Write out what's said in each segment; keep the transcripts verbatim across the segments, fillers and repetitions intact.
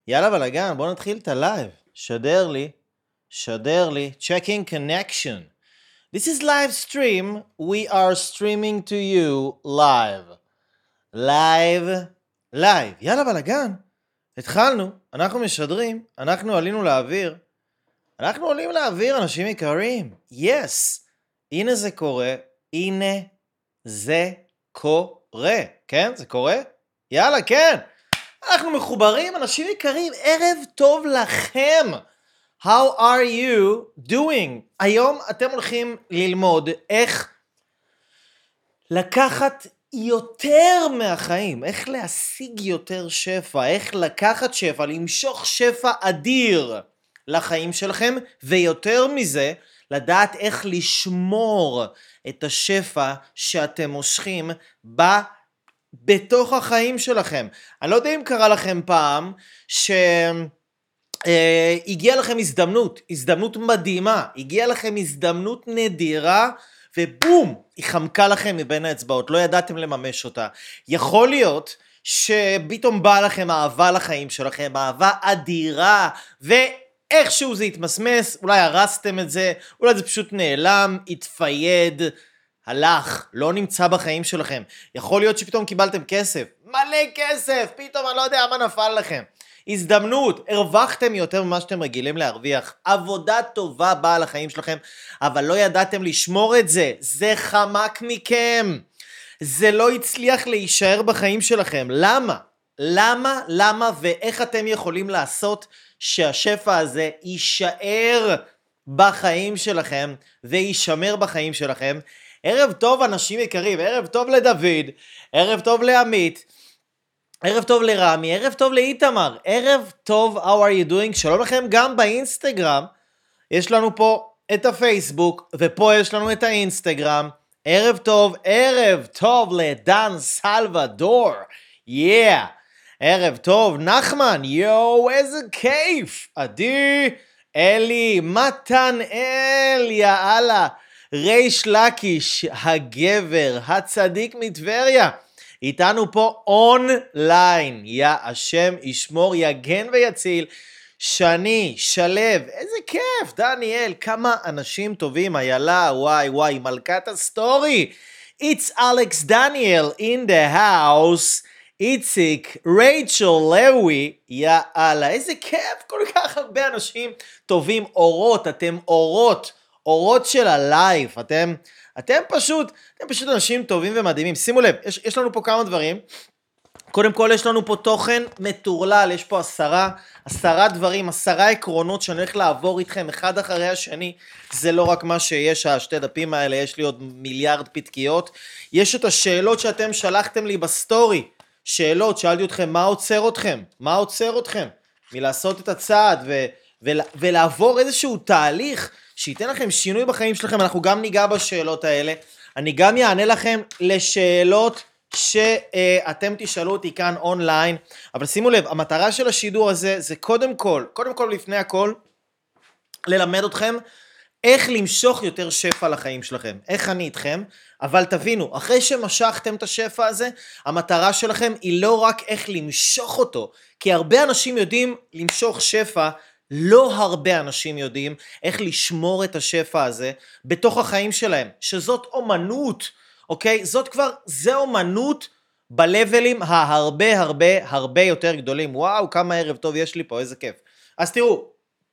יאללה בלגן, בוא נתחיל את הלייב. שדר לי, שדר לי, checking connection. This is live stream. We are streaming to you live. live, live. יאללה בלגן. התחלנו, אנחנו משדרים, אנחנו עלינו לאוויר. אנחנו עולים לאוויר, אנשים יקרים. Yes. הנה זה קורה, הנה זה קורה. כן, זה קורה? יאללה, כן. אנחנו מחוברים, אנשים יקרים, ערב טוב לכם. How are you doing? היום אתם הולכים ללמוד איך לקחת יותר מהחיים, איך להשיג יותר שפע, איך לקחת שפע, למשוך שפע אדיר לחיים שלכם, ויותר מזה, לדעת איך לשמור את השפע שאתם מושכים ב... בתוך החיים שלכם. אני לא יודע אם קרה לכם פעם שהגיעה לכם הזדמנות, הזדמנות מדהימה, הגיעה לכם הזדמנות נדירה, ובום, היא חמקה לכם מבין האצבעות, לא ידעתם לממש אותה. יכול להיות שפתאום באה לכם אהבה לחיים שלכם, אהבה אדירה, ואיכשהו זה התמסמס, אולי הרסתם את זה, אולי זה פשוט נעלם, התפייד, הלך, לא נמצא בחיים שלכם. יכול להיות שפתאום קיבלתם כסף, מלא כסף, פתאום אני לא יודע מה נפל לכם. הזדמנות, הרווחתם יותר ממה שאתם רגילים להרוויח, עבודה טובה באה לחיים שלכם, אבל לא ידעתם לשמור את זה, זה חמק מכם. זה לא הצליח להישאר בחיים שלכם. למה? למה? למה? ואיך אתם יכולים לעשות שהשפע הזה יישאר בחיים שלכם וישמר בחיים שלכם? ערב טוב אנשים יקרים, ערב טוב לדוד, ערב טוב לעמית, ערב טוב לרמי, ערב טוב לאיתמר, ערב טוב, how are you doing? שלום לכם גם באינסטגרם, יש לנו פה את הפייסבוק, ופה יש לנו את האינסטגרם, ערב טוב, ערב טוב לדן סלבדור, yeah, ערב טוב, נחמן, יו, איזה כיף, עדי, אלי, מתנאל, יאללה, ריש לקיש, הגבר, הצדיק מטבריה, איתנו פה אונליין, יא השם ישמור, יגן ויציל, שני, שלב, איזה כיף, דניאל, כמה אנשים טובים, איילה, וואי וואי, מלכת הסטורי, it's Alex Daniel in the house, איציק, רייצ'ל לוי, יאללה, איזה כיף, כל כך הרבה אנשים טובים, אורות, אתם אורות, אורות של הלייב, אתם, אתם פשוט, אתם פשוט אנשים טובים ומדהימים. שימו לב, יש, יש לנו פה כמה דברים. קודם כל יש לנו פה תוכן מטורלל, יש פה עשרה, עשרה דברים, עשרה עקרונות שאני הולך לעבור איתכם אחד אחרי השני. זה לא רק מה שיש, השתי דפים האלה, יש לי עוד מיליארד פתקיות. יש את השאלות שאתם שלחתם לי בסטורי. שאלות, שאלתי אתכם, מה עוצר אתכם? מה עוצר אתכם? מלעשות את הצעד ו, ול, ולעבור איזשהו תהליך שייתן לכם שינוי בחיים שלכם. אנחנו גם ניגע בשאלות האלה. אני גם יענה לכם לשאלות שאתם תשאלו אותי כאן אונליין. אבל שימו לב, המטרה של השידור הזה זה קודם כל, קודם כל לפני הכל, ללמד אתכם איך למשוך יותר שפע לחיים שלכם. איך אני איתכם? אבל תבינו, אחרי שמשכתם את השפע הזה, המטרה שלכם היא לא רק איך למשוך אותו, כי הרבה אנשים יודעים למשוך שפע, לא הרבה אנשים יודעים איך לשמור את השפע הזה בתוך החיים שלהם, שזאת אומנות, אוקיי? זאת כבר, זה אומנות בלבלים ההרבה הרבה הרבה יותר גדולים. וואו, כמה ערב טוב יש לי פה, איזה כיף. אז תראו,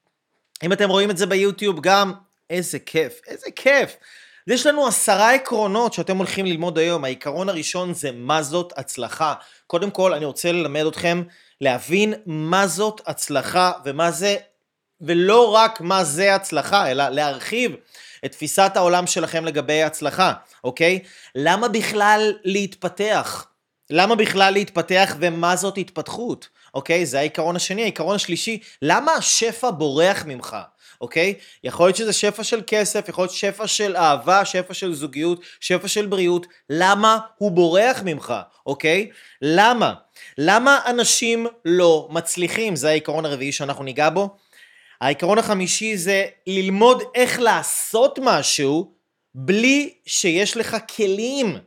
אם אתם רואים את זה ביוטיוב גם, איזה כיף, איזה כיף. יש לנו עשרה עקרונות שאתם הולכים ללמוד היום. העיקרון הראשון זה מה זאת הצלחה. קודם כל אני רוצה ללמד אתכם להבין מה זאת הצלחה ומה זה, ולא רק מה זה הצלחה, אלא להרחיב את תפיסת העולם שלכם לגבי הצלחה, אוקיי? למה בכלל להתפתח? למה בכלל להתפתח ומה זאת התפתחות? אוקיי? זה העיקרון השני. העיקרון השלישי, למה השפע בורח ממך? אוקיי? יכול להיות שזה שפע של כסף, יכול להיות שפע של אהבה, שפע של זוגיות, שפע של בריאות. למה הוא בורח ממך? אוקיי? למה? למה אנשים לא מצליחים? זה העיקרון הרביעי שאנחנו ניגע בו. העיקרון החמישי זה ללמוד איך לעשות משהו בלי שיש לך כלים.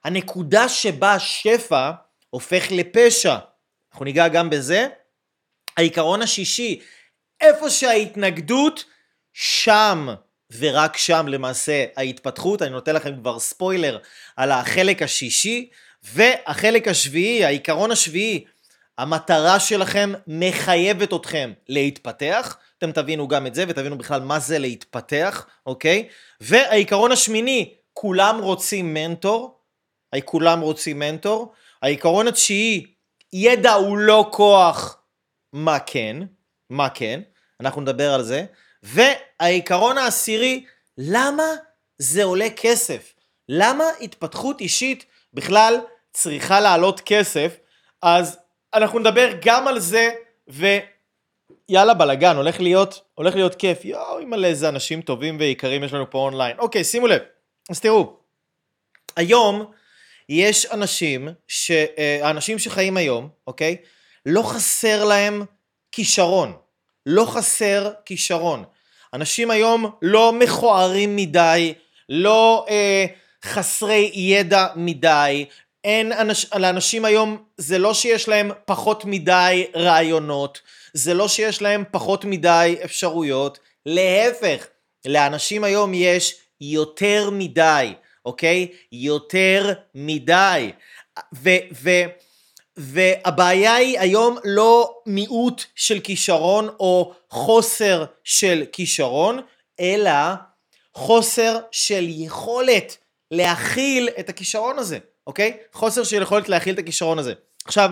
הנקודה שבה השפע הופך לפשע. אנחנו ניגע גם בזה. העיקרון השישי, איפה שההתנגדות, שם ורק שם למעשה ההתפתחות. אני נותן לכם כבר ספוילר על החלק השישי. והחלק השביעי, העיקרון השביעי, המטרה שלכם מחייבת אתכם להתפתח. אתם תבינו גם את זה ותבינו בכלל מה זה להתפתח, אוקיי? והעיקרון השמיני, כולם רוצים מנטור. כולם רוצים מנטור. העיקרון התשיעי, ידע הוא לא כוח. מה כן? מה כן? אנחנו נדבר על זה. והעיקרון העשירי, למה זה עולה כסף? למה התפתחות אישית בכלל צריכה לעלות כסף? אז אנחנו נדבר גם על זה, ויאללה בלגן, הולך להיות, הולך להיות כיף. יואו, אימא'לה, איזה אנשים טובים ויקרים יש לנו פה אונליין. אוקיי, שימו לב. אז תראו, היום יש אנשים, ש... האנשים שחיים היום, אוקיי? לא חסר להם כישרון. לא חסר כישרון. אנשים היום לא מכוערים מדי, לא אה, חסרי ידע מדי. אין אנש... לאנשים היום, זה לא שיש להם פחות מדי רעיונות, זה לא שיש להם פחות מדי אפשרויות, להפך, לאנשים היום יש יותר מדי, אוקיי? יותר מדי. ו... ו... והבעיה היא היום לא מיעוט של כישרון או חוסר של כישרון, אלא חוסר של יכולת להכיל את הכישרון הזה, אוקיי? חוסר של יכולת להכיל את הכישרון הזה. עכשיו,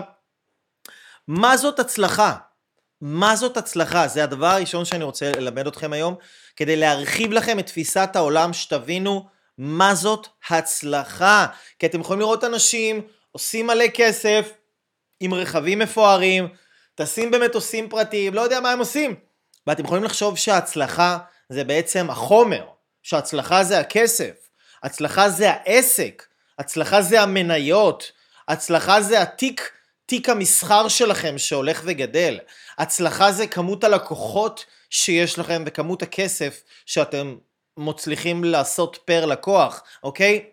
מה זאת הצלחה? מה זאת הצלחה? זה הדבר הראשון שאני רוצה ללמד אתכם היום, כדי להרחיב לכם את תפיסת העולם, שתבינו מה זאת הצלחה. כי אתם יכולים לראות אנשים עושים מלא כסף, עם רכבים מפוארים, טסים במטוסים פרטיים, לא יודע מה הם עושים. ואתם יכולים לחשוב שההצלחה זה בעצם החומר, שההצלחה זה הכסף, הצלחה זה העסק, הצלחה זה המניות, הצלחה זה התיק, תיק המסחר שלכם שהולך וגדל, הצלחה זה כמות הלקוחות שיש לכם וכמות הכסף שאתם מצליחים לעשות פר לקוח, אוקיי?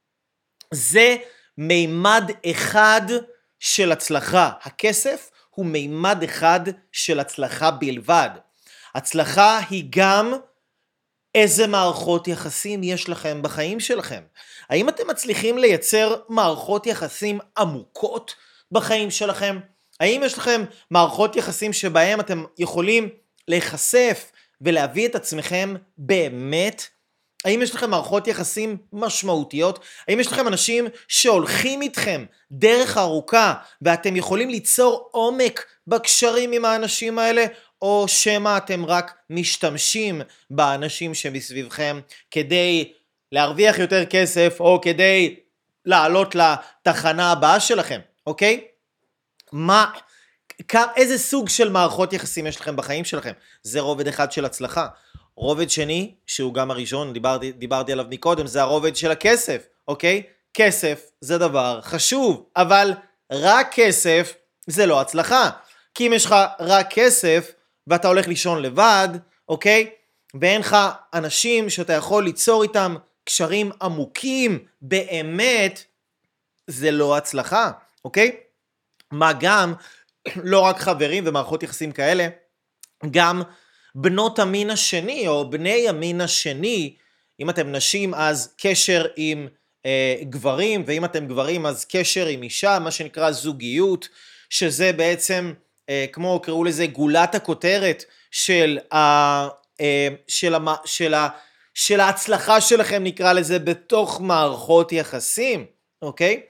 זה מימד אחד של הצלחה. הכסף הוא מימד אחד של הצלחה בלבד. הצלחה היא גם איזה מערכות יחסים יש לכם בחיים שלכם. האם אתם מצליחים לייצר מערכות יחסים עמוקות בחיים שלכם? האם יש לכם מערכות יחסים שבהם אתם יכולים להיחשף ולהביא את עצמכם באמת? האם יש לכם מערכות יחסים משמעותיות? האם יש לכם אנשים שהולכים איתכם דרך ארוכה ואתם יכולים ליצור עומק בקשרים עם האנשים האלה? או שמה אתם רק משתמשים באנשים שמסביבכם כדי להרוויח יותר כסף או כדי לעלות לתחנה הבאה שלכם, אוקיי? מה, איזה סוג של מערכות יחסים יש לכם בחיים שלכם? זה רובד אחד של הצלחה. רובד שני, שהוא גם הראשון, דיברתי, דיברתי עליו מקודם, זה הרובד של הכסף, אוקיי? כסף זה דבר חשוב, אבל רק כסף זה לא הצלחה. כי אם יש לך רק כסף ואתה הולך לישון לבד, אוקיי? ואין לך אנשים שאתה יכול ליצור איתם קשרים עמוקים באמת, זה לא הצלחה, אוקיי? מה גם, לא רק חברים ומערכות יחסים כאלה, גם בנות המין השני או בני המין השני, אם אתם נשים אז קשר עם אה, גברים, ואם אתם גברים אז קשר עם אישה, מה שנקרא זוגיות, שזה בעצם אה, כמו קראו לזה גולת הכותרת של, ה, אה, של, ה, של, ה, של ההצלחה שלכם, נקרא לזה, בתוך מערכות יחסים, אוקיי?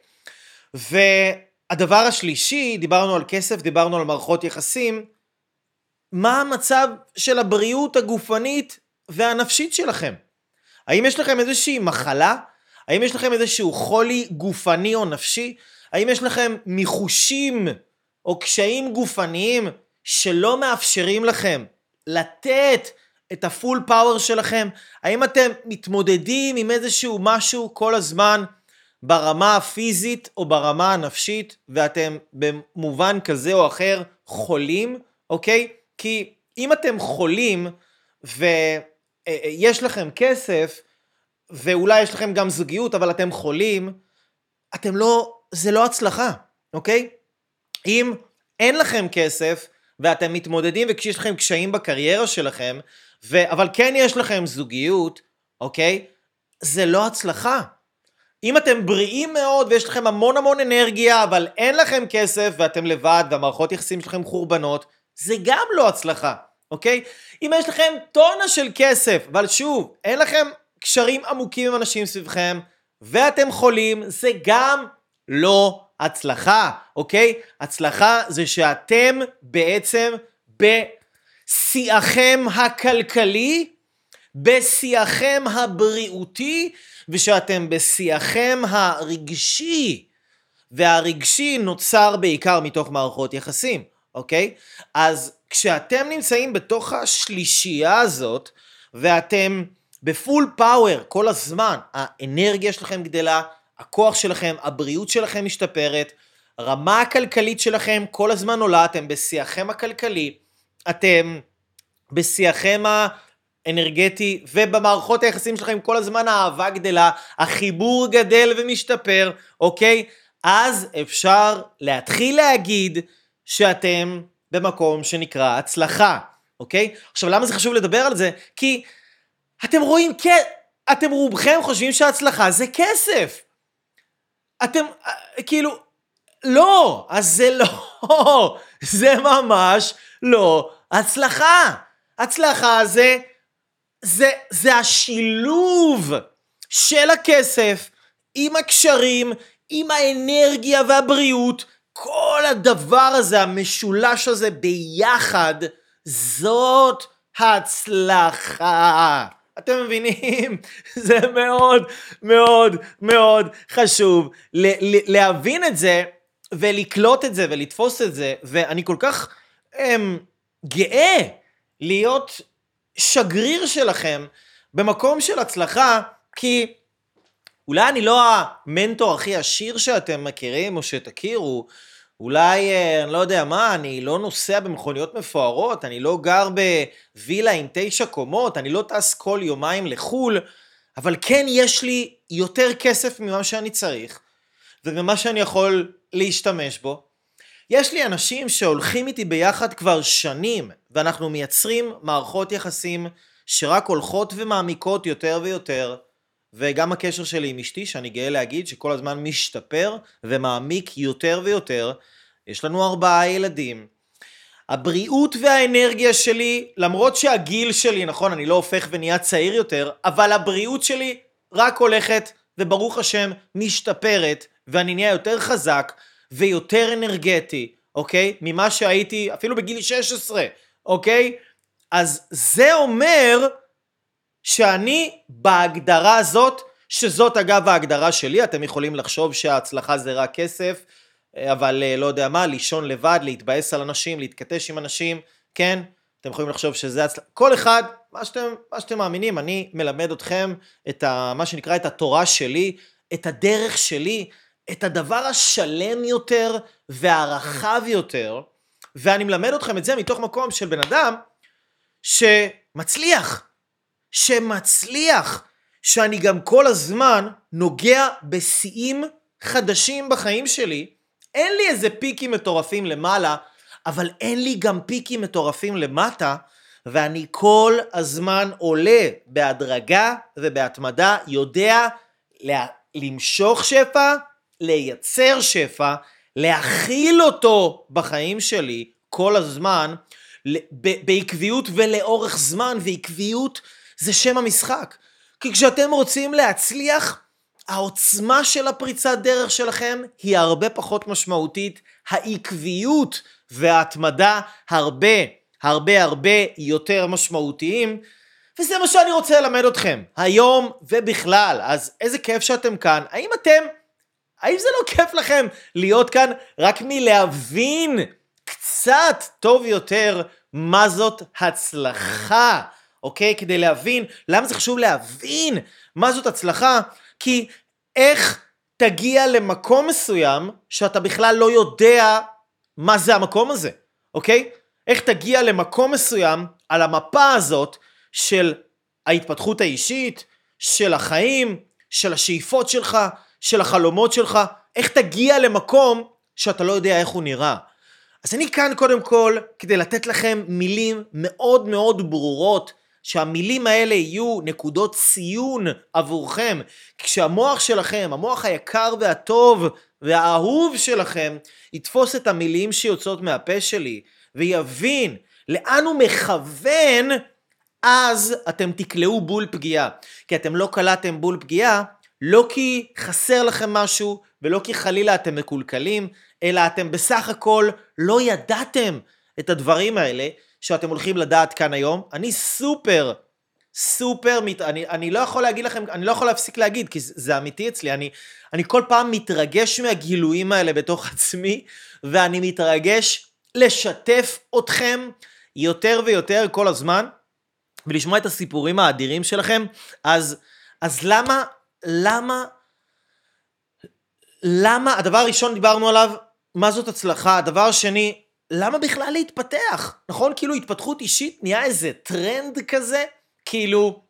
והדבר השלישי, דיברנו על כסף, דיברנו על מערכות יחסים, מה המצב של הבריאות הגופנית והנפשית שלכם? האם יש לכם איזושהי מחלה? האם יש לכם איזשהו חולי גופני או נפשי? האם יש לכם מיחושים או קשיים גופניים שלא מאפשרים לכם לתת את הפול פאוור שלכם? האם אתם מתמודדים עם איזשהו משהו כל הזמן ברמה הפיזית או ברמה הנפשית ואתם במובן כזה או אחר חולים? אוקיי? כי אם אתם חולים ויש לכם כסף ואולי יש לכם גם זוגיות אבל אתם חולים, אתם לא, זה לא הצלחה, אוקיי? אם אין לכם כסף ואתם מתמודדים וכשיש לכם קשיים בקריירה שלכם, ו... אבל כן יש לכם זוגיות, אוקיי? זה לא הצלחה. אם אתם בריאים מאוד ויש לכם המון המון אנרגיה, אבל אין לכם כסף ואתם לבד והמערכות יחסים שלכם חורבנות, זה גם לא הצלחה, אוקיי? אם יש לכם טונה של כסף, אבל שוב, אין לכם קשרים עמוקים עם אנשים סביבכם, ואתם חולים, זה גם לא הצלחה, אוקיי? הצלחה זה שאתם בעצם בשיאכם הכלכלי, בשיאכם הבריאותי, ושאתם בשיאכם הרגשי, והרגשי נוצר בעיקר מתוך מערכות יחסים, אוקיי? אז כשאתם נמצאים בתוך השלישייה הזאת, ואתם בפול פאוור כל הזמן, האנרגיה שלכם גדלה, הכוח שלכם, הבריאות שלכם משתפרת, הרמה הכלכלית שלכם כל הזמן עולה, אתם בשיאכם הכלכלי, אתם בשיאכם האנרגטי, ובמערכות היחסים שלכם כל הזמן האהבה גדלה, החיבור גדל ומשתפר, אוקיי? אז אפשר להתחיל להגיד שאתם במקום שנקרא הצלחה, אוקיי? עכשיו למה זה חשוב לדבר על זה? כי אתם רואים, אתם רובכם חושבים שההצלחה זה כסף. אתם, כאילו, לא, אז זה לא, זה ממש לא הצלחה. הצלחה זה, זה, זה השילוב של הכסף עם הקשרים, עם האנרגיה והבריאות, כל הדבר הזה, המשולש הזה ביחד, זאת הצלחה. אתם מבינים? זה מאוד מאוד מאוד חשוב להבין את זה ולקלוט את זה ולתפוס את זה, ואני כל כך הם, גאה להיות שגריר שלכם במקום של הצלחה, כי אולי אני לא המנטור הכי עשיר שאתם מכירים או שתכירו, אולי, אני לא יודע מה, אני לא נוסע במכוניות מפוארות, אני לא גר בווילה עם תשע קומות, אני לא טס כל יומיים לחול, אבל כן יש לי יותר כסף ממה שאני צריך, וממה שאני יכול להשתמש בו. יש לי אנשים שהולכים איתי ביחד כבר שנים, ואנחנו מייצרים מערכות יחסים שרק הולכות ומעמיקות יותר ויותר, וגם הקשר שלי עם אשתי, שאני גאה להגיד שכל הזמן משתפר ומעמיק יותר ויותר. יש לנו ארבעה ילדים. הבריאות והאנרגיה שלי, למרות שהגיל שלי, נכון, אני לא הופך ונהיה צעיר יותר, אבל הבריאות שלי רק הולכת וברוך השם משתפרת, ואני נהיה יותר חזק ויותר אנרגטי, אוקיי? ממה שהייתי אפילו בגיל שש עשרה, אוקיי? אז זה אומר שאני בהגדרה הזאת, שזאת אגב ההגדרה שלי, אתם יכולים לחשוב שההצלחה זה רק כסף, אבל לא יודע מה, לישון לבד, להתבאס על אנשים, להתכתש עם אנשים, כן? אתם יכולים לחשוב שזה הצלחה, כל אחד, מה שאתם, מה שאתם מאמינים, אני מלמד אתכם את ה, מה שנקרא את התורה שלי, את הדרך שלי, את הדבר השלם יותר והרחב יותר, ואני מלמד אתכם את זה מתוך מקום של בן אדם שמצליח, שמצליח, שאני גם כל הזמן נוגע בשיאים חדשים בחיים שלי. אין לי איזה פיקים מטורפים למעלה, אבל אין לי גם פיקים מטורפים למטה, ואני כל הזמן עולה בהדרגה ובהתמדה, יודע למשוך שפע, לייצר שפע, להכיל אותו בחיים שלי כל הזמן, בעקביות ולאורך זמן, ועקביות זה שם המשחק. כי כשאתם רוצים להצליח, העוצמה של הפריצת דרך שלכם היא הרבה פחות משמעותית, העקביות וההתמדה הרבה הרבה הרבה יותר משמעותיים, וזה מה שאני רוצה ללמד אתכם היום ובכלל. אז איזה כיף שאתם כאן. האם אתם, האם זה לא כיף לכם להיות כאן רק מלהבין קצת טוב יותר מה זאת הצלחה, אוקיי? כדי להבין, למה זה חשוב להבין מה זאת הצלחה? כי איך תגיע למקום מסוים שאתה בכלל לא יודע מה זה המקום הזה, אוקיי? איך תגיע למקום מסוים על המפה הזאת של ההתפתחות האישית, של החיים, של השאיפות שלך, של החלומות שלך, איך תגיע למקום שאתה לא יודע איך הוא נראה. אז אני כאן קודם כל כדי לתת לכם מילים מאוד מאוד ברורות, שהמילים האלה יהיו נקודות ציון עבורכם, כשהמוח שלכם, המוח היקר והטוב והאהוב שלכם, יתפוס את המילים שיוצאות מהפה שלי, ויבין לאן הוא מכוון, אז אתם תקלעו בול פגיעה. כי אתם לא קלעתם בול פגיעה, לא כי חסר לכם משהו, ולא כי חלילה אתם מקולקלים, אלא אתם בסך הכל לא ידעתם את הדברים האלה, שאתם הולכים לדעת כאן היום. אני סופר, סופר, אני, אני לא יכול להגיד לכם, אני לא יכול להפסיק להגיד, כי זה, זה אמיתי אצלי, אני, אני כל פעם מתרגש מהגילויים האלה בתוך עצמי, ואני מתרגש לשתף אתכם יותר ויותר כל הזמן, ולשמוע את הסיפורים האדירים שלכם. אז, אז למה, למה, למה, הדבר הראשון דיברנו עליו, מה זאת הצלחה? הדבר השני, למה בכלל להתפתח? נכון? כאילו התפתחות אישית נהיה איזה טרנד כזה, כאילו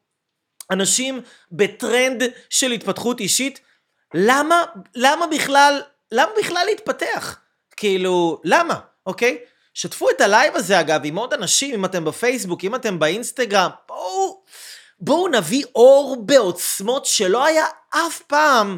אנשים בטרנד של התפתחות אישית, למה, למה בכלל, למה בכלל להתפתח? כאילו, למה? אוקיי? שתפו את הלייב הזה אגב עם עוד אנשים, אם אתם בפייסבוק, אם אתם באינסטגרם, בואו, בואו נביא אור בעוצמות שלא היה אף פעם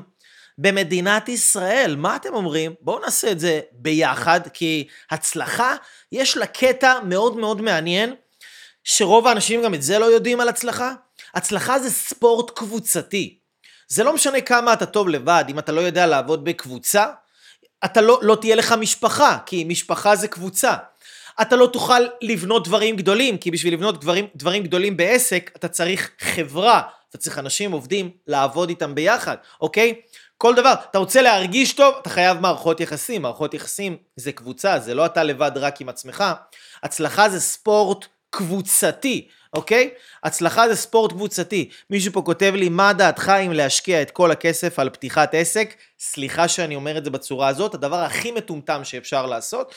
במדינת ישראל. מה אתם אומרים? בואו נעשה את זה ביחד, כי הצלחה יש לה קטע מאוד מאוד מעניין, שרוב האנשים גם את זה לא יודעים על הצלחה. הצלחה זה ספורט קבוצתי. זה לא משנה כמה אתה טוב לבד, אם אתה לא יודע לעבוד בקבוצה, אתה לא, לא תהיה לך משפחה, כי משפחה זה קבוצה. אתה לא תוכל לבנות דברים גדולים, כי בשביל לבנות דברים, דברים גדולים בעסק, אתה צריך חברה, אתה צריך אנשים עובדים לעבוד איתם ביחד, אוקיי? כל דבר, אתה רוצה להרגיש טוב, אתה חייב מערכות יחסים, מערכות יחסים זה קבוצה, זה לא אתה לבד רק עם עצמך, הצלחה זה ספורט קבוצתי, אוקיי? הצלחה זה ספורט קבוצתי. מישהו פה כותב לי, מה דעתך אם להשקיע את כל הכסף על פתיחת עסק? סליחה שאני אומר את זה בצורה הזאת, הדבר הכי מטומטם שאפשר לעשות,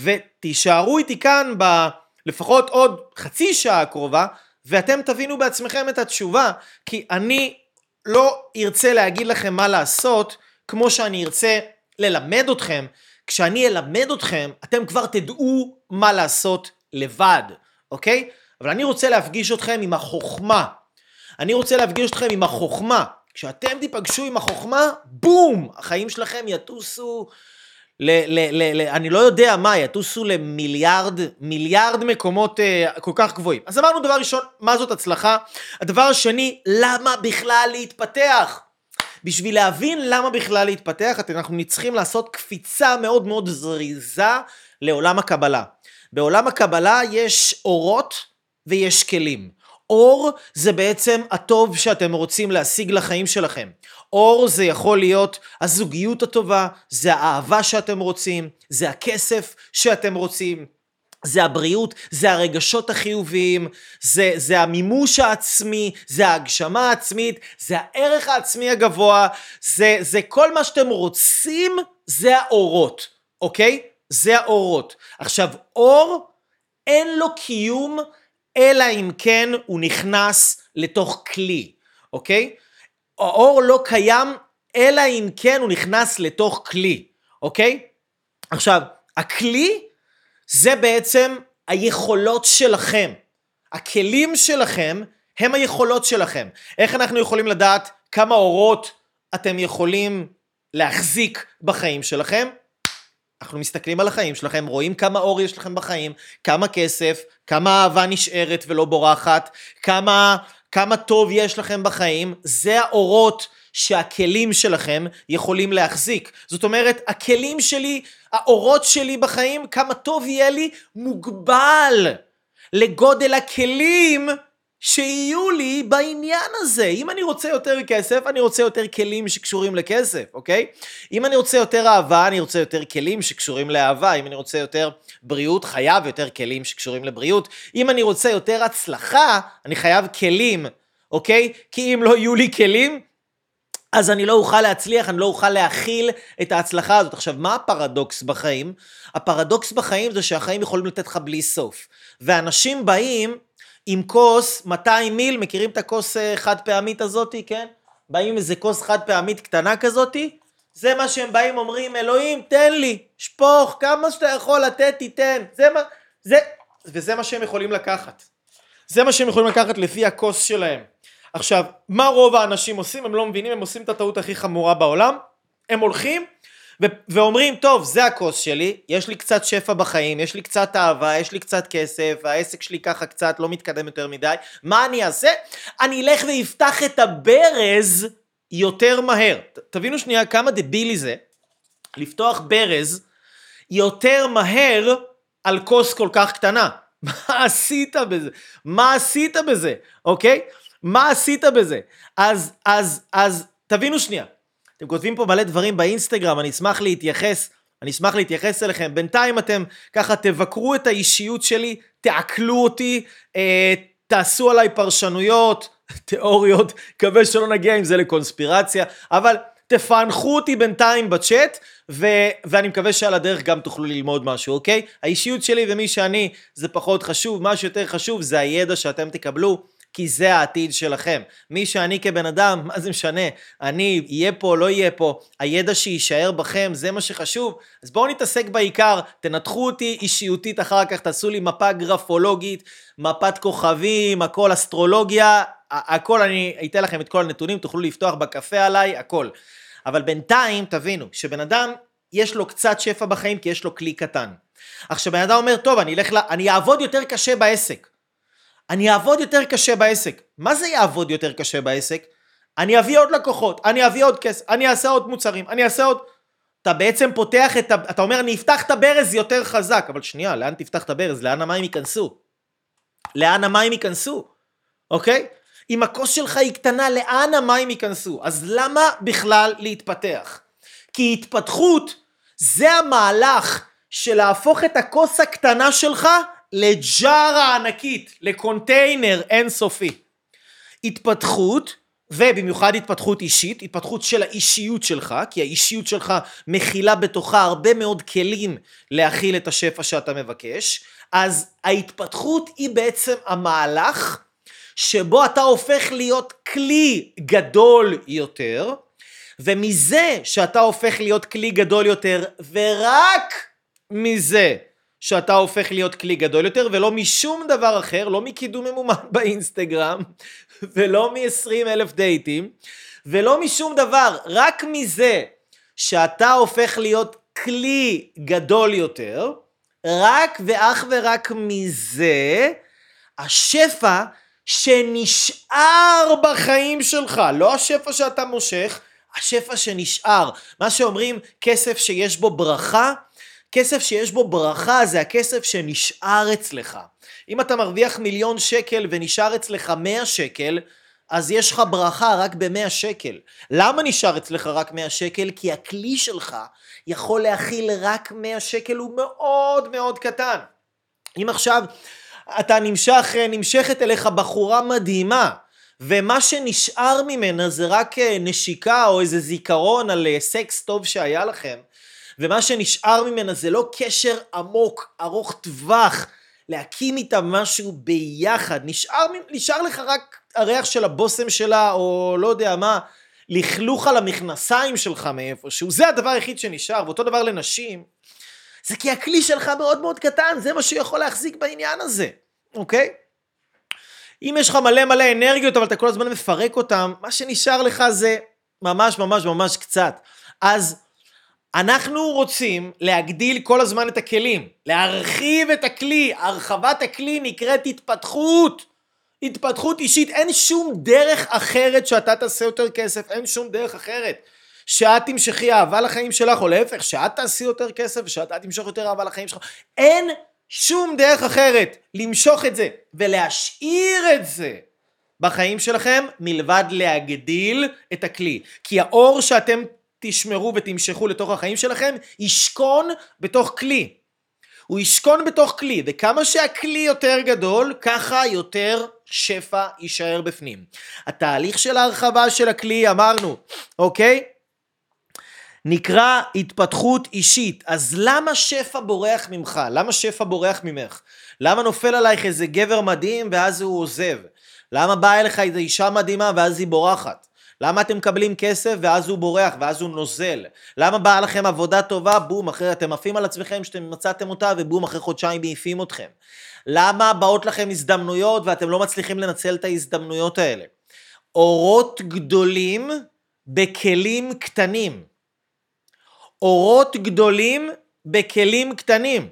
ותישארו איתי כאן ב... לפחות עוד חצי שעה הקרובה, ואתם תבינו בעצמכם את התשובה, כי אני לא ארצה להגיד לכם מה לעשות, כמו שאני ארצה ללמד אתכם. כשאני אלמד אתכם, אתם כבר תדעו מה לעשות לבד, אוקיי? אבל אני רוצה להפגיש אתכם עם החוכמה. אני רוצה להפגיש אתכם עם החוכמה. כשאתם תיפגשו עם החוכמה, בום! החיים שלכם יטוסו, ל, ל, ל, ל, אני לא יודע מה, יטוסו למיליארד, מיליארד מקומות uh, כל כך גבוהים. אז אמרנו דבר ראשון, מה זאת הצלחה? הדבר השני, למה בכלל להתפתח? בשביל להבין למה בכלל להתפתח, אנחנו צריכים לעשות קפיצה מאוד מאוד זריזה לעולם הקבלה. בעולם הקבלה יש אורות ויש כלים. אור זה בעצם הטוב שאתם רוצים להשיג לחיים שלכם. אור זה יכול להיות הזוגיות הטובה, זה האהבה שאתם רוצים, זה הכסף שאתם רוצים, זה הבריאות, זה הרגשות החיוביים, זה, זה המימוש העצמי, זה ההגשמה העצמית, זה הערך העצמי הגבוה, זה, זה כל מה שאתם רוצים, זה האורות, אוקיי? זה האורות. עכשיו, אור אין לו קיום, אלא אם כן הוא נכנס לתוך כלי, אוקיי? האור לא קיים, אלא אם כן הוא נכנס לתוך כלי, אוקיי? עכשיו, הכלי זה בעצם היכולות שלכם. הכלים שלכם הם היכולות שלכם. איך אנחנו יכולים לדעת כמה אורות אתם יכולים להחזיק בחיים שלכם? אנחנו מסתכלים על החיים שלכם, רואים כמה אור יש לכם בחיים, כמה כסף, כמה אהבה נשארת ולא בורחת, כמה, כמה טוב יש לכם בחיים. זה האורות שהכלים שלכם יכולים להחזיק. זאת אומרת, הכלים שלי, האורות שלי בחיים, כמה טוב יהיה לי, מוגבל לגודל הכלים שיהיו לי בעניין הזה. אם אני רוצה יותר כסף, אני רוצה יותר כלים שקשורים לכסף, אוקיי? אם אני רוצה יותר אהבה, אני רוצה יותר כלים שקשורים לאהבה. אם אני רוצה יותר בריאות, חייב יותר כלים שקשורים לבריאות. אם אני רוצה יותר הצלחה, אני חייב כלים, אוקיי? כי אם לא יהיו לי כלים, אז אני לא אוכל להצליח, אני לא אוכל להכיל את ההצלחה הזאת. עכשיו, מה הפרדוקס בחיים? הפרדוקס בחיים זה שהחיים יכולים לתת לך בלי סוף. ואנשים באים עם כוס מאתיים מיל, מכירים את הכוס חד פעמית הזאת, כן? באים עם איזה כוס חד פעמית קטנה כזאת, זה מה שהם באים אומרים, אלוהים תן לי, שפוך, כמה שאתה יכול לתת תיתן, זה מה, זה, וזה מה שהם יכולים לקחת. זה מה שהם יכולים לקחת לפי הכוס שלהם. עכשיו, מה רוב האנשים עושים? הם לא מבינים, הם עושים את הטעות הכי חמורה בעולם, הם הולכים ו- ואומרים, טוב, זה הכוס שלי, יש לי קצת שפע בחיים, יש לי קצת אהבה, יש לי קצת כסף, העסק שלי ככה קצת לא מתקדם יותר מדי, מה אני אעשה? אני אלך ויפתח את הברז יותר מהר. ת- תבינו שנייה כמה דבילי זה, לפתוח ברז יותר מהר על כוס כל כך קטנה. מה עשית בזה? מה עשית בזה? אוקיי? מה עשית בזה? אז, אז, אז, תבינו שנייה. אתם כותבים פה מלא דברים באינסטגרם, אני אשמח להתייחס, אני אשמח להתייחס אליכם. בינתיים אתם ככה תבקרו את האישיות שלי, תעקלו אותי, אה, תעשו עליי פרשנויות, תיאוריות, מקווה שלא נגיע עם זה לקונספירציה, אבל תפענחו אותי בינתיים בצ'אט, ו- ואני מקווה שעל הדרך גם תוכלו ללמוד משהו, אוקיי? האישיות שלי ומי שאני זה פחות חשוב, מה שיותר חשוב זה הידע שאתם תקבלו, כי זה העתיד שלכם. מי שאני כבן אדם, מה זה משנה? אני, יהיה פה, לא יהיה פה, הידע שישאר בכם, זה מה שחשוב. אז בואו נתעסק בעיקר, תנתחו אותי אישיותית אחר כך, תעשו לי מפה גרפולוגית, מפת כוכבים, הכל אסטרולוגיה, הכל, אני אתן לכם את כל הנתונים, תוכלו לפתוח בקפה עליי, הכל. אבל בינתיים, תבינו, שבן אדם יש לו קצת שפע בחיים, כי יש לו כלי קטן. עכשיו, בן אדם אומר, טוב, אני אלך לה, אני אעבוד יותר קשה בעסק. אני אעבוד יותר קשה בעסק. מה זה יעבוד יותר קשה בעסק? אני אביא עוד לקוחות, אני אביא עוד כסף, אני אעשה עוד מוצרים, אני אעשה עוד... אתה בעצם פותח את ה... אתה אומר, אני אפתח את הברז יותר חזק, אבל שנייה, לאן תפתח את הברז? לאן המים ייכנסו? לאן המים ייכנסו? אוקיי? אם הכוס שלך היא קטנה, לאן המים ייכנסו? אז למה בכלל להתפתח? כי התפתחות זה המהלך של להפוך את הכוס הקטנה שלך לג'ארה ענקית, לקונטיינר אינסופי. התפתחות, ובמיוחד התפתחות אישית, התפתחות של האישיות שלך, כי האישיות שלך מכילה בתוכה הרבה מאוד כלים להכיל את השפע שאתה מבקש, אז ההתפתחות היא בעצם המהלך שבו אתה הופך להיות כלי גדול יותר, ומזה שאתה הופך להיות כלי גדול יותר, ורק מזה שאתה הופך להיות כלי גדול יותר, ולא משום דבר אחר, לא מקידום ממומן באינסטגרם, ולא מ-עשרים אלף דייטים, ולא משום דבר, רק מזה שאתה הופך להיות כלי גדול יותר, רק ואך ורק מזה, השפע שנשאר בחיים שלך, לא השפע שאתה מושך, השפע שנשאר. מה שאומרים, כסף שיש בו ברכה, כסף שיש בו ברכה זה הכסף שנשאר אצלך. אם אתה מרוויח מיליון שקל ונשאר אצלך מאה שקל, אז יש לך ברכה רק ב-מאה שקל. למה נשאר אצלך רק מאה שקל? כי הכלי שלך יכול להכיל רק מאה שקל, הוא מאוד מאוד קטן. אם עכשיו אתה נמשך, נמשכת אליך בחורה מדהימה, ומה שנשאר ממנה זה רק נשיקה או איזה זיכרון על סקס טוב שהיה לכם, ומה שנשאר ממנה זה לא קשר עמוק, ארוך טווח, להקים איתה משהו ביחד, נשאר, נשאר לך רק הריח של הבוסם שלה, או לא יודע מה, לכלוך על המכנסיים שלך מאיפשהו, זה הדבר היחיד שנשאר, ואותו דבר לנשים, זה כי הכלי שלך מאוד מאוד קטן, זה מה שיכול להחזיק בעניין הזה, אוקיי? אם יש לך מלא מלא אנרגיות, אבל אתה כל הזמן מפרק אותם, מה שנשאר לך זה ממש ממש ממש קצת. אז אנחנו רוצים להגדיל כל הזמן את הכלים, להרחיב את הכלי, הרחבת הכלי נקראת התפתחות, התפתחות אישית, אין שום דרך אחרת שאתה תעשה יותר כסף, אין שום דרך אחרת. שאת תמשכי אהבה לחיים שלך, או להפך, שאת תעשי יותר כסף, ושאת תמשוך יותר אהבה לחיים שלך, אין שום דרך אחרת למשוך את זה, ולהשאיר את זה בחיים שלכם, מלבד להגדיל את הכלי. כי האור שאתם תשמרו ותמשכו לתוך החיים שלכם, ישכון בתוך כלי. הוא ישכון בתוך כלי, וכמה שהכלי יותר גדול, ככה יותר שפע יישאר בפנים. התהליך של ההרחבה של הכלי, אמרנו, אוקיי? נקרא התפתחות אישית. אז למה שפע בורח ממך? למה שפע בורח ממך? למה נופל עלייך איזה גבר מדהים ואז הוא עוזב? למה באה אליך איזו אישה מדהימה ואז היא בורחת? למה אתם מקבלים כסף ואז הוא בורח ואז הוא נוזל? למה באה לכם עבודה טובה, בום, אחרי אתם עפים על עצמכם שאתם מצאתם אותה ובום, אחרי חודשיים מעיפים אתכם? למה באות לכם הזדמנויות ואתם לא מצליחים לנצל את ההזדמנויות האלה? אורות גדולים בכלים קטנים. אורות גדולים בכלים קטנים.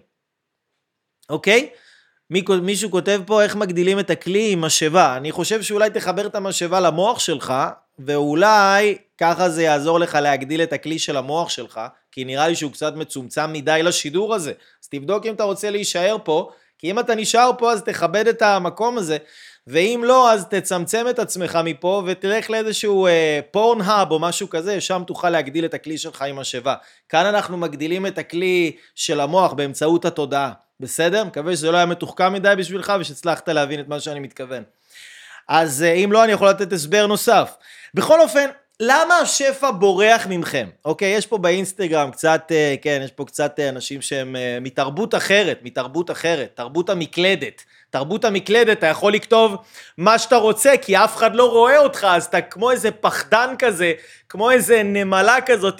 אוקיי? מישהו כותב פה איך מגדילים את הכלי עם משאבה. אני חושב שאולי תחבר את המשאבה למוח שלך, ואולי ככה זה יעזור לך להגדיל את הכלי של המוח שלך, כי נראה לי שהוא קצת מצומצם מדי לשידור הזה. אז תבדוק אם אתה רוצה להישאר פה, כי אם אתה נשאר פה אז תכבד את המקום הזה, ואם לא אז תצמצם את עצמך מפה ותלך לאיזשהו אה, פורנהאב או משהו כזה, שם תוכל להגדיל את הכלי שלך עם משאבה. כאן אנחנו מגדילים את הכלי של המוח באמצעות התודעה. בסדר? מקווה שזה לא היה מתוחכם מדי בשבילך ושהצלחת להבין את מה שאני מתכוון. אז אם לא, אני יכול לתת הסבר נוסף. בכל אופן, למה השפע בורח ממכם? אוקיי, יש פה באינסטגרם קצת, כן, יש פה קצת אנשים שהם מתרבות אחרת, מתרבות אחרת, תרבות המקלדת. תרבות המקלדת, אתה יכול לכתוב מה שאתה רוצה, כי אף אחד לא רואה אותך, אז אתה כמו איזה פחדן כזה, כמו איזה נמלה כזאת,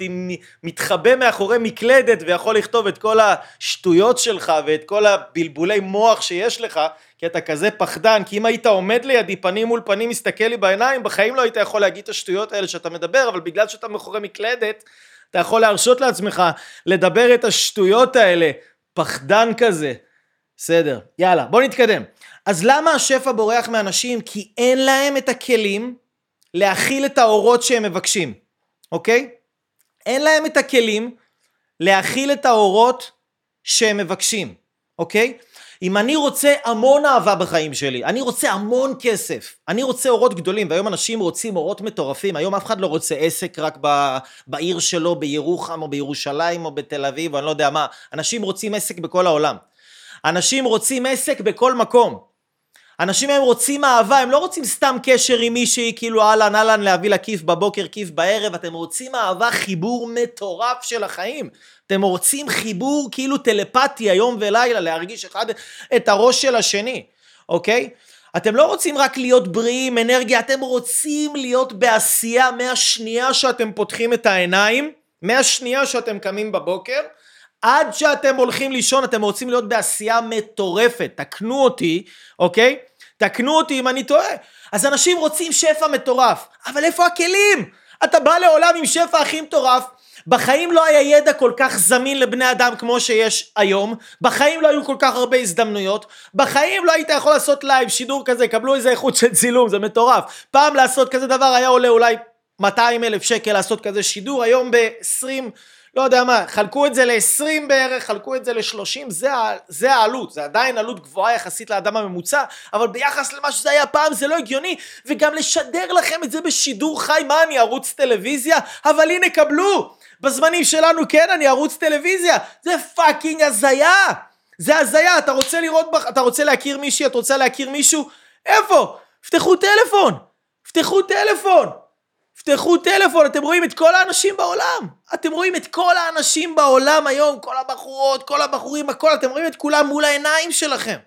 מתחבא מאחורי מקלדת, ויכול לכתוב את כל השטויות שלך, ואת כל הבלבולי מוח שיש לך, כי אתה כזה פחדן, כי אם היית עומד לידי פנים מול פנים, מסתכל לי בעיניים, בחיים לא היית יכול להגיד את השטויות האלה שאתה מדבר, אבל בגלל שאתה מאחורי מקלדת, אתה יכול להרשות לעצמך לדבר את השטויות האלה, פחדן כזה. בסדר, יאללה, בוא נתקדם. אז למה השפע בורח מאנשים? כי אין להם את הכלים להכיל את האורות שהם מבקשים, אוקיי? אין להם את הכלים להכיל את האורות שהם מבקשים, אוקיי? אם אני רוצה המון אהבה בחיים שלי, אני רוצה המון כסף, אני רוצה אורות גדולים, והיום אנשים רוצים אורות מטורפים, היום אף אחד לא רוצה עסק רק ב, בעיר שלו, בירוחם או בירושלים או בתל אביב, או אני לא יודע מה, אנשים רוצים עסק בכל העולם. אנשים רוצים עסק בכל מקום. אנשים הם רוצים אהבה, הם לא רוצים סתם קשר עם מישהי, כאילו אהלן אהלן להביא לה כיף בבוקר, כיף בערב, אתם רוצים אהבה, חיבור מטורף של החיים. אתם רוצים חיבור כאילו טלפתי היום ולילה, להרגיש אחד את הראש של השני, אוקיי? אתם לא רוצים רק להיות בריאים, אנרגיה, אתם רוצים להיות בעשייה מהשנייה שאתם פותחים את העיניים, מהשנייה שאתם קמים בבוקר, עד שאתם הולכים לישון, אתם רוצים להיות בעשייה מטורפת, תקנו אותי, אוקיי? תקנו אותי אם אני טועה. אז אנשים רוצים שפע מטורף, אבל איפה הכלים? אתה בא לעולם עם שפע הכי מטורף, בחיים לא היה ידע כל כך זמין לבני אדם כמו שיש היום, בחיים לא היו כל כך הרבה הזדמנויות, בחיים לא היית יכול לעשות לייב, שידור כזה, קבלו איזה איכות של צילום, זה מטורף. פעם לעשות כזה דבר היה עולה אולי מאתיים אלף שקל לעשות כזה שידור, היום ב-עשרים... לא יודע מה, חלקו את זה ל-עשרים בערך, חלקו את זה ל-שלושים, זה, זה העלות, זה עדיין עלות גבוהה יחסית לאדם הממוצע, אבל ביחס למה שזה היה פעם זה לא הגיוני, וגם לשדר לכם את זה בשידור חי, מה אני ערוץ טלוויזיה? אבל הנה קבלו, בזמנים שלנו כן אני ערוץ טלוויזיה, זה פאקינג הזיה, זה הזיה, אתה רוצה לראות, אתה רוצה להכיר מישהי, אתה רוצה להכיר מישהו, איפה? פתחו טלפון, פתחו טלפון, פתחו טלפון, אתם רואים את כל האנשים בעולם, אתם רואים את כל האנשים בעולם היום, כל הבחורות, כל הבחורים, הכל, אתם רואים את כולם מול העיניים שלכם.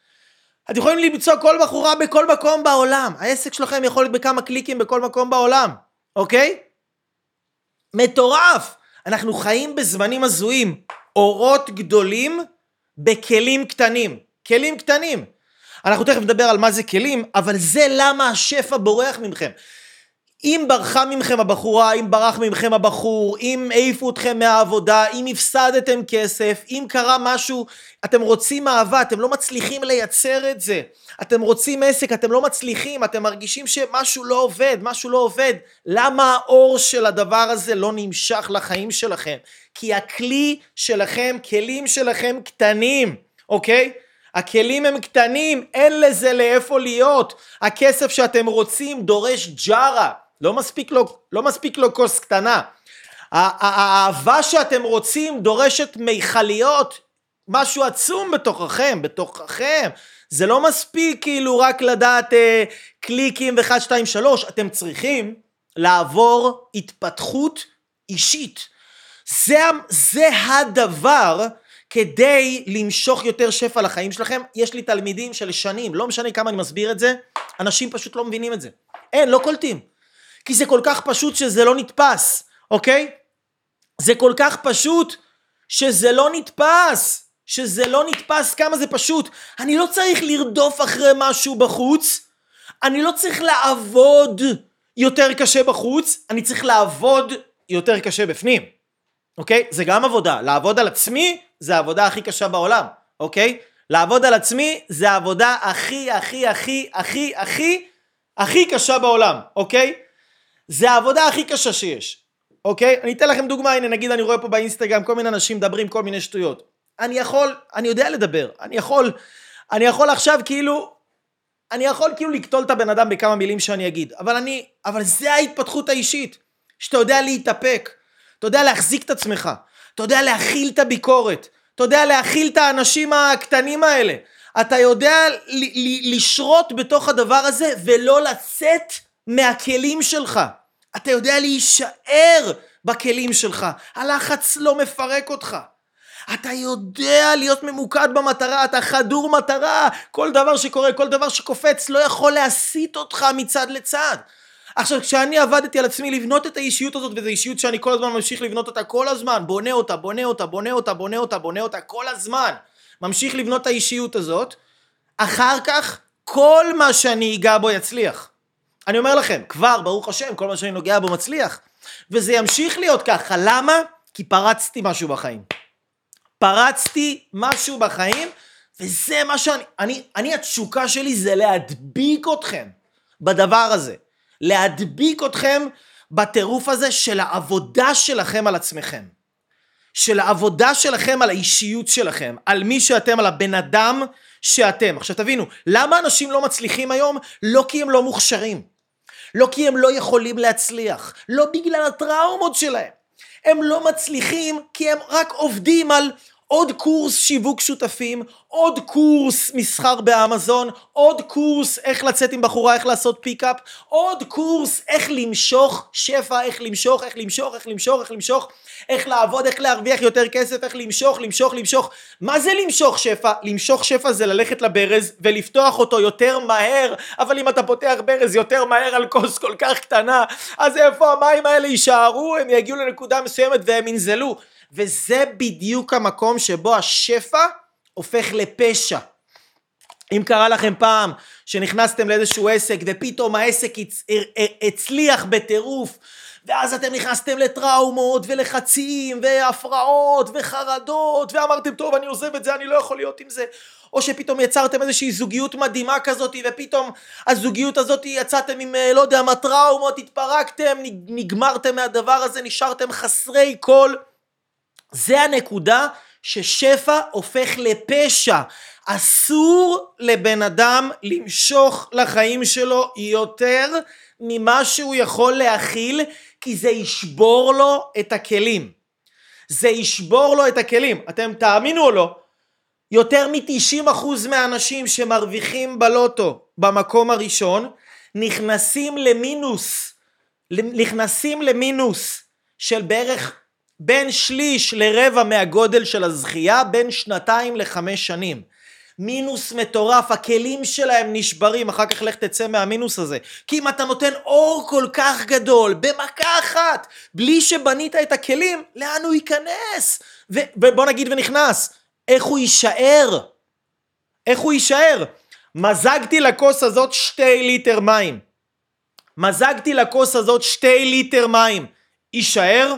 אתם יכולים למצוא כל בחורה בכל מקום בעולם, העסק שלכם יכול להיות בכמה קליקים בכל מקום בעולם, אוקיי? מטורף, אנחנו חיים בזמנים הזויים, אורות גדולים בכלים קטנים, כלים קטנים. אנחנו תכף נדבר על מה זה כלים, אבל זה למה השפע בורח ממכם. אם ברחה ממכם הבחורה, אם ברח ממכם הבחור, אם העיפו אתכם מהעבודה, אם הפסדתם כסף, אם קרה משהו, אתם רוצים אהבה, אתם לא מצליחים לייצר את זה. אתם רוצים עסק, אתם לא מצליחים, אתם מרגישים שמשהו לא עובד, משהו לא עובד. למה האור של הדבר הזה לא נמשך לחיים שלכם? כי הכלי שלכם, כלים שלכם קטנים, אוקיי? הכלים הם קטנים, אין לזה לאיפה להיות. הכסף שאתם רוצים דורש ג'ארה. לא מספיק לו, לא מספיק לו כוס קטנה. האהבה שאתם רוצים דורשת מיכליות, משהו עצום בתוככם, בתוככם. זה לא מספיק כאילו רק לדעת אה, קליקים ו-אחת, שתיים, שלוש, אתם צריכים לעבור התפתחות אישית. זה, זה הדבר כדי למשוך יותר שפע לחיים שלכם. יש לי תלמידים של שנים, לא משנה כמה אני מסביר את זה, אנשים פשוט לא מבינים את זה. אין, לא קולטים. כי זה כל כך פשוט שזה לא נתפס, אוקיי? זה כל כך פשוט שזה לא נתפס, שזה לא נתפס כמה זה פשוט. אני לא צריך לרדוף אחרי משהו בחוץ, אני לא צריך לעבוד יותר קשה בחוץ, אני צריך לעבוד יותר קשה בפנים, אוקיי? זה גם עבודה, לעבוד על עצמי זה העבודה הכי קשה בעולם, אוקיי? לעבוד על עצמי זה העבודה הכי הכי הכי הכי הכי הכי קשה בעולם, אוקיי? זה העבודה הכי קשה שיש, אוקיי? אני אתן לכם דוגמה, הנה נגיד אני רואה פה באינסטגרם כל מיני אנשים מדברים כל מיני שטויות. אני יכול, אני יודע לדבר, אני יכול, אני יכול עכשיו כאילו, אני יכול כאילו לקטול את הבן אדם בכמה מילים שאני אגיד, אבל אני, אבל זה ההתפתחות האישית, שאתה יודע להתאפק, אתה יודע להחזיק את עצמך, אתה יודע להכיל את הביקורת, אתה יודע להכיל את האנשים הקטנים האלה, אתה יודע לשרות בתוך הדבר הזה ולא לצאת מהכלים שלך, אתה יודע להישאר בכלים שלך, הלחץ לא מפרק אותך, אתה יודע להיות ממוקד במטרה, אתה חדור מטרה, כל דבר שקורה, כל דבר שקופץ לא יכול להסיט אותך מצד לצד. עכשיו כשאני עבדתי על עצמי לבנות את האישיות הזאת, וזו אישיות שאני כל הזמן ממשיך לבנות אותה כל הזמן, בונה אותה, בונה אותה, בונה אותה, בונה אותה, בונה אותה כל הזמן, ממשיך לבנות את האישיות הזאת, אחר כך כל מה שאני אגע בו יצליח. אני אומר לכם, כבר ברוך השם, כל מה שאני נוגע בו מצליח, וזה ימשיך להיות ככה. למה? כי פרצתי משהו בחיים. פרצתי משהו בחיים, וזה מה שאני, אני, אני התשוקה שלי זה להדביק אתכם בדבר הזה, להדביק אתכם בטירוף הזה של העבודה שלכם על עצמכם, של העבודה שלכם על האישיות שלכם, על מי שאתם, על הבן אדם שאתם. עכשיו תבינו, למה אנשים לא מצליחים היום? לא כי הם לא מוכשרים, לא כי הם לא יכולים להצליח, לא בגלל הטראומות שלהם, הם לא מצליחים כי הם רק עובדים על עוד קורס שיווק שותפים, עוד קורס מסחר באמזון, עוד קורס איך לצאת עם בחורה, איך לעשות פיקאפ, עוד קורס איך למשוך שפע, איך למשוך, איך למשוך, איך למשוך, איך למשוך, איך לעבוד, איך להרוויח יותר כסף, איך למשוך, למשוך, למשוך. מה זה למשוך שפע? למשוך שפע זה ללכת לברז ולפתוח אותו יותר מהר, אבל אם אתה פותח ברז יותר מהר על כוס כל כך קטנה, אז איפה המים האלה יישארו? הם יגיעו לנקודה מסוימת והם ינזלו. וזה בדיוק המקום שבו השפע הופך לפשע. אם קרה לכם פעם שנכנסתם לאיזשהו עסק ופתאום העסק הצליח בטירוף, ואז אתם נכנסתם לטראומות ולחצים והפרעות וחרדות ואמרתם טוב אני עוזב את זה, אני לא יכול להיות עם זה, או שפתאום יצרתם איזושהי זוגיות מדהימה כזאת ופתאום הזוגיות הזאת יצאתם עם לא יודע מה טראומות, התפרקתם, נגמרתם מהדבר הזה, נשארתם חסרי כל. זה הנקודה ששפע הופך לפשע. אסור לבן אדם למשוך לחיים שלו יותר ממה שהוא יכול להכיל, כי זה ישבור לו את הכלים. זה ישבור לו את הכלים. אתם תאמינו או לא, יותר מ-תשעים אחוז מהאנשים שמרוויחים בלוטו במקום הראשון, נכנסים למינוס, נכנסים למינוס של בערך בין שליש לרבע מהגודל של הזכייה, בין שנתיים לחמש שנים. מינוס מטורף, הכלים שלהם נשברים, אחר כך לך תצא מהמינוס הזה. כי אם אתה נותן אור כל כך גדול, במכה אחת, בלי שבנית את הכלים, לאן הוא ייכנס? ו- ובוא נגיד ונכנס, איך הוא יישאר? איך הוא יישאר? מזגתי לכוס הזאת שתי ליטר מים. מזגתי לכוס הזאת שתי ליטר מים. יישאר?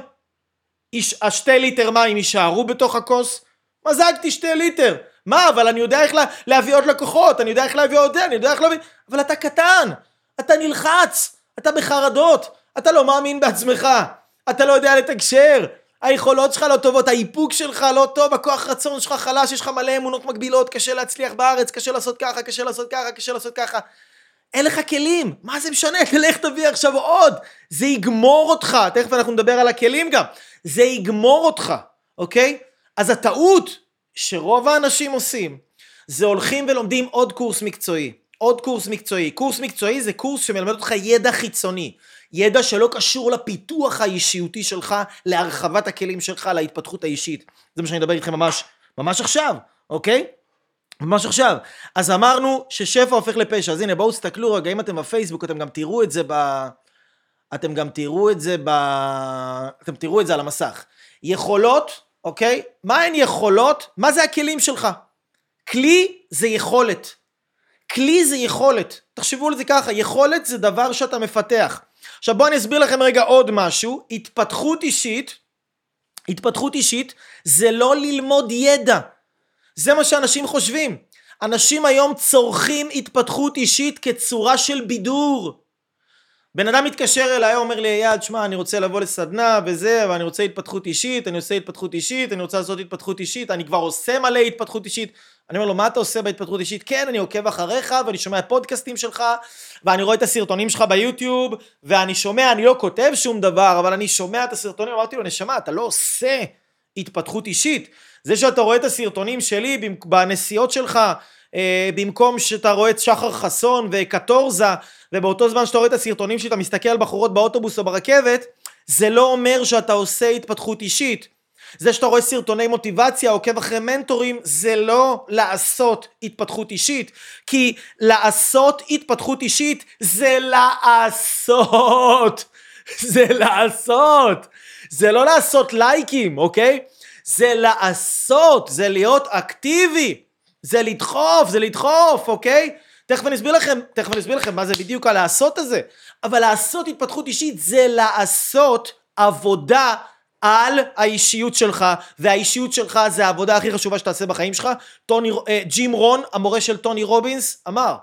השתי ליטר מים יישארו בתוך הכוס? מזגתי שתי ליטר. מה? אבל אני יודע איך לה, להביא עוד לקוחות, אני יודע איך להביא עוד, אני יודע איך להביא... אבל אתה קטן, אתה נלחץ, אתה בחרדות, אתה לא מאמין בעצמך, אתה לא יודע לתקשר, היכולות שלך לא טובות, האיפוק שלך לא טוב, הכוח רצון שלך חלש, יש לך מלא אמונות מקבילות, קשה להצליח בארץ, קשה לעשות ככה, קשה לעשות ככה, קשה לעשות ככה. אין לך כלים, מה זה משנה? תלך תביא עכשיו עוד, זה יגמור אותך, תכף אנחנו נדבר על הכלים גם, זה יגמור אותך, אוקיי? אז הטעות שרוב האנשים עושים, זה הולכים ולומדים עוד קורס מקצועי, עוד קורס מקצועי, קורס מקצועי זה קורס שמלמד אותך ידע חיצוני, ידע שלא קשור לפיתוח האישיותי שלך, להרחבת הכלים שלך, להתפתחות האישית, זה מה שאני אדבר איתכם ממש, ממש עכשיו, אוקיי? ממש עכשיו. אז אמרנו ששפע הופך לפשע, אז הנה בואו תסתכלו רגע, אם אתם בפייסבוק אתם גם תראו את זה ב... אתם גם תראו את זה ב... אתם תראו את זה על המסך. יכולות, אוקיי? מה הן יכולות? מה זה הכלים שלך? כלי זה יכולת. כלי זה יכולת. תחשבו על זה ככה, יכולת זה דבר שאתה מפתח. עכשיו בואו אני אסביר לכם רגע עוד משהו. התפתחות אישית, התפתחות אישית זה לא ללמוד ידע. זה מה שאנשים חושבים. אנשים היום צורכים התפתחות אישית כצורה של בידור. בן אדם מתקשר אליי, אומר לי, יד, שמה, אני רוצה לבוא לסדנה וזה, ואני רוצה התפתחות אישית, אני עושה התפתחות אישית, אני רוצה לעשות התפתחות אישית, אני כבר עושה מלא התפתחות אישית. אני אומר לו, מה אתה עושה בהתפתחות אישית? כן, אני עוקב אחריך, ואני שומע פודקאסטים שלך, ואני רואה את הסרטונים שלך ביוטיוב, ואני שומע, אני לא כותב שום דבר, אבל אני שומע את הסרטונים, אמרתי לו, נשמה, אתה לא עושה התפתחות אישית. זה שאתה רואה את הסרטונים שלי בנסיעות שלך, במקום שאתה רואה את שחר חסון וקטורזה, ובאותו זמן שאתה רואה את הסרטונים שאתה מסתכל על בחורות באוטובוס או ברכבת, זה לא אומר שאתה עושה התפתחות אישית. זה שאתה רואה סרטוני מוטיבציה, עוקב אחרי מנטורים, זה לא לעשות התפתחות אישית, כי לעשות התפתחות אישית זה לעשות, זה לעשות, זה לא לעשות לייקים, אוקיי? זה לעשות, זה להיות אקטיבי, זה לדחוף, זה לדחוף, אוקיי? תכף אני אסביר לכם, תכף אני אסביר לכם מה זה בדיוק על לעשות הזה, אבל לעשות התפתחות אישית זה לעשות עבודה על האישיות שלך, והאישיות שלך זה העבודה הכי חשובה שתעשה בחיים שלך. טוני, ג'ים רון, המורה של טוני רובינס, אמר,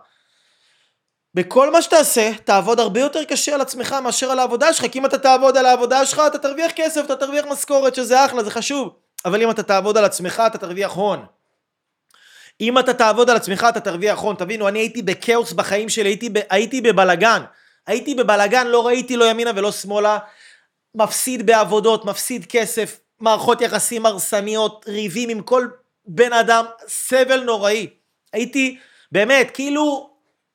בכל מה שתעשה, תעבוד הרבה יותר קשה על עצמך מאשר על העבודה שלך, כי אם אתה תעבוד על העבודה שלך, אתה תרוויח כסף, אתה תרוויח משכורת, שזה אחלה, זה חשוב, אבל אם אתה תעבוד על עצמך, אתה תרוויח הון. אם אתה תעבוד על עצמך, אתה תרוויח הון. תבינו, אני הייתי בקאוס בחיים שלי, הייתי, ב, הייתי בבלגן, הייתי בבלגן, לא ראיתי לא ימינה ולא שמאלה, מפסיד בעבודות, מפסיד כסף, מערכות יחסים הרסניות, ריבים עם כל בן אדם, סבל נוראי. הייתי באמת, כאילו,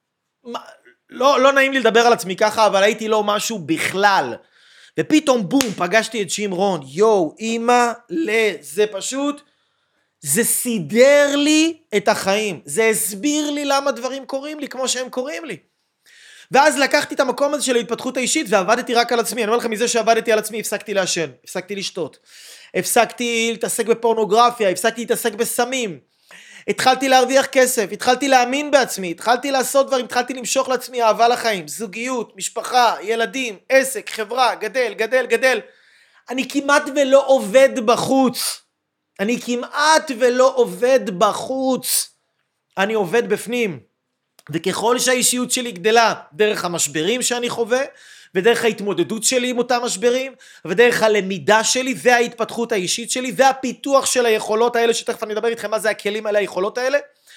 לא, לא נעים לי לדבר על עצמי ככה, אבל הייתי לא משהו בכלל. ופתאום בום, פגשתי את ג'ים רון, יו, אמא, זה פשוט, זה סידר לי את החיים, זה הסביר לי למה דברים קורים לי כמו שהם קורים לי. ואז לקחתי את המקום הזה של ההתפתחות האישית ועבדתי רק על עצמי. אני אומר לכם, מזה שעבדתי על עצמי, הפסקתי לעשן, הפסקתי לשתות, הפסקתי להתעסק בפורנוגרפיה, הפסקתי להתעסק בסמים, התחלתי להרוויח כסף, התחלתי להאמין בעצמי, התחלתי לעשות דברים, התחלתי למשוך לעצמי אהבה לחיים, זוגיות, משפחה, ילדים, עסק, חברה, גדל, גדל, גדל. אני כמעט ולא עובד בחוץ. אני כמעט ולא עובד בחוץ. אני עובד בפנים. וככל שהאישיות שלי גדלה, דרך המשברים שאני חווה, ודרך ההתמודדות שלי עם אותם משברים, ודרך הלמידה שלי, וההתפתחות האישית שלי, והפיתוח של היכולות האלה, שתכף אני אדבר איתכם מה זה הכלים האלה, היכולות האלה,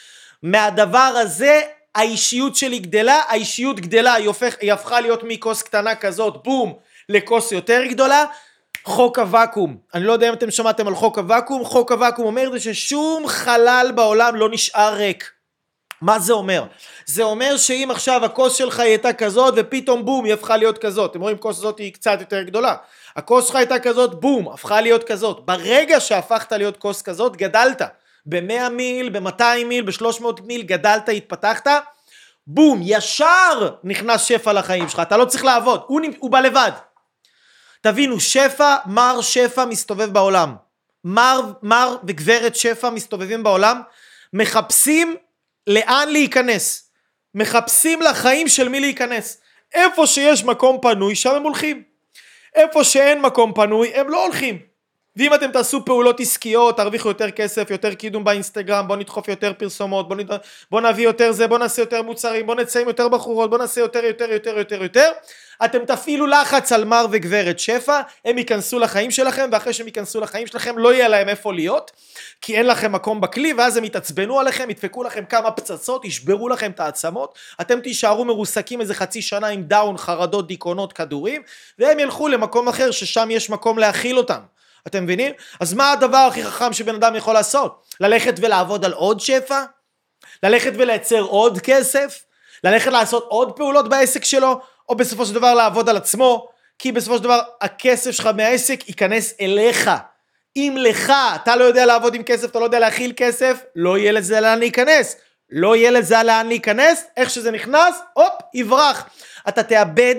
מהדבר הזה, האישיות שלי גדלה, האישיות גדלה, היא, הופך, היא הפכה להיות מכוס קטנה כזאת, בום, לכוס יותר גדולה, חוק הוואקום. אני לא יודע אם אתם שמעתם על חוק הוואקום, חוק הוואקום אומר זה ששום חלל בעולם לא נשאר ריק. מה זה אומר? זה אומר שאם עכשיו הכוס שלך הייתה כזאת ופתאום בום היא הפכה להיות כזאת, אתם רואים כוס הזאת היא קצת יותר גדולה, הכוס שלך הייתה כזאת בום הפכה להיות כזאת, ברגע שהפכת להיות כוס כזאת גדלת ב-מאה מיל, ב-מאתיים מיל, ב-שלוש מאות מיל, גדלת, התפתחת, בום ישר נכנס שפע לחיים שלך, אתה לא צריך לעבוד, הוא, הוא בא לבד. תבינו, שפע, מר שפע מסתובב בעולם, מר, מר וגברת שפע מסתובבים בעולם, מחפשים לאן להיכנס, מחפשים לחיים של מי להיכנס, איפה שיש מקום פנוי שם הם הולכים, איפה שאין מקום פנוי הם לא הולכים. ואם אתם תעשו פעולות עסקיות, תרוויחו יותר כסף, יותר קידום באינסטגרם, בוא נדחוף יותר פרסומות, בוא, נד... בוא נביא יותר זה, בוא נעשה יותר מוצרים, בוא נצא עם יותר בחורות, בוא נעשה יותר יותר יותר יותר יותר, אתם תפעילו לחץ על מר וגברת שפע, הם ייכנסו לחיים שלכם, ואחרי שהם ייכנסו לחיים שלכם לא יהיה להם איפה להיות, כי אין לכם מקום בכלי, ואז הם יתעצבנו עליכם, ידפקו לכם כמה פצצות, ישברו לכם את העצמות, אתם תישארו מרוסקים איזה חצי שנה עם דאון, חרדות, דיכאונות, כדורים, והם ילכו למקום אחר ששם יש מקום להכיל אותם. אתם מבינים? אז מה הדבר הכי חכם שבן אדם יכול לעשות? ללכת ולעבוד על עוד שפע? ללכת ולייצר עוד כסף? ללכת לעשות עוד פעולות בעסק שלו? או בסופו של דבר לעבוד על עצמו? כי בסופו של דבר הכסף שלך מהעסק ייכנס אליך. אם לך, אתה לא יודע לעבוד עם כסף, אתה לא יודע להכיל כסף, לא יהיה לזה לאן להיכנס. לא יהיה לזה לאן להיכנס, איך שזה נכנס, הופ, יברח. אתה תאבד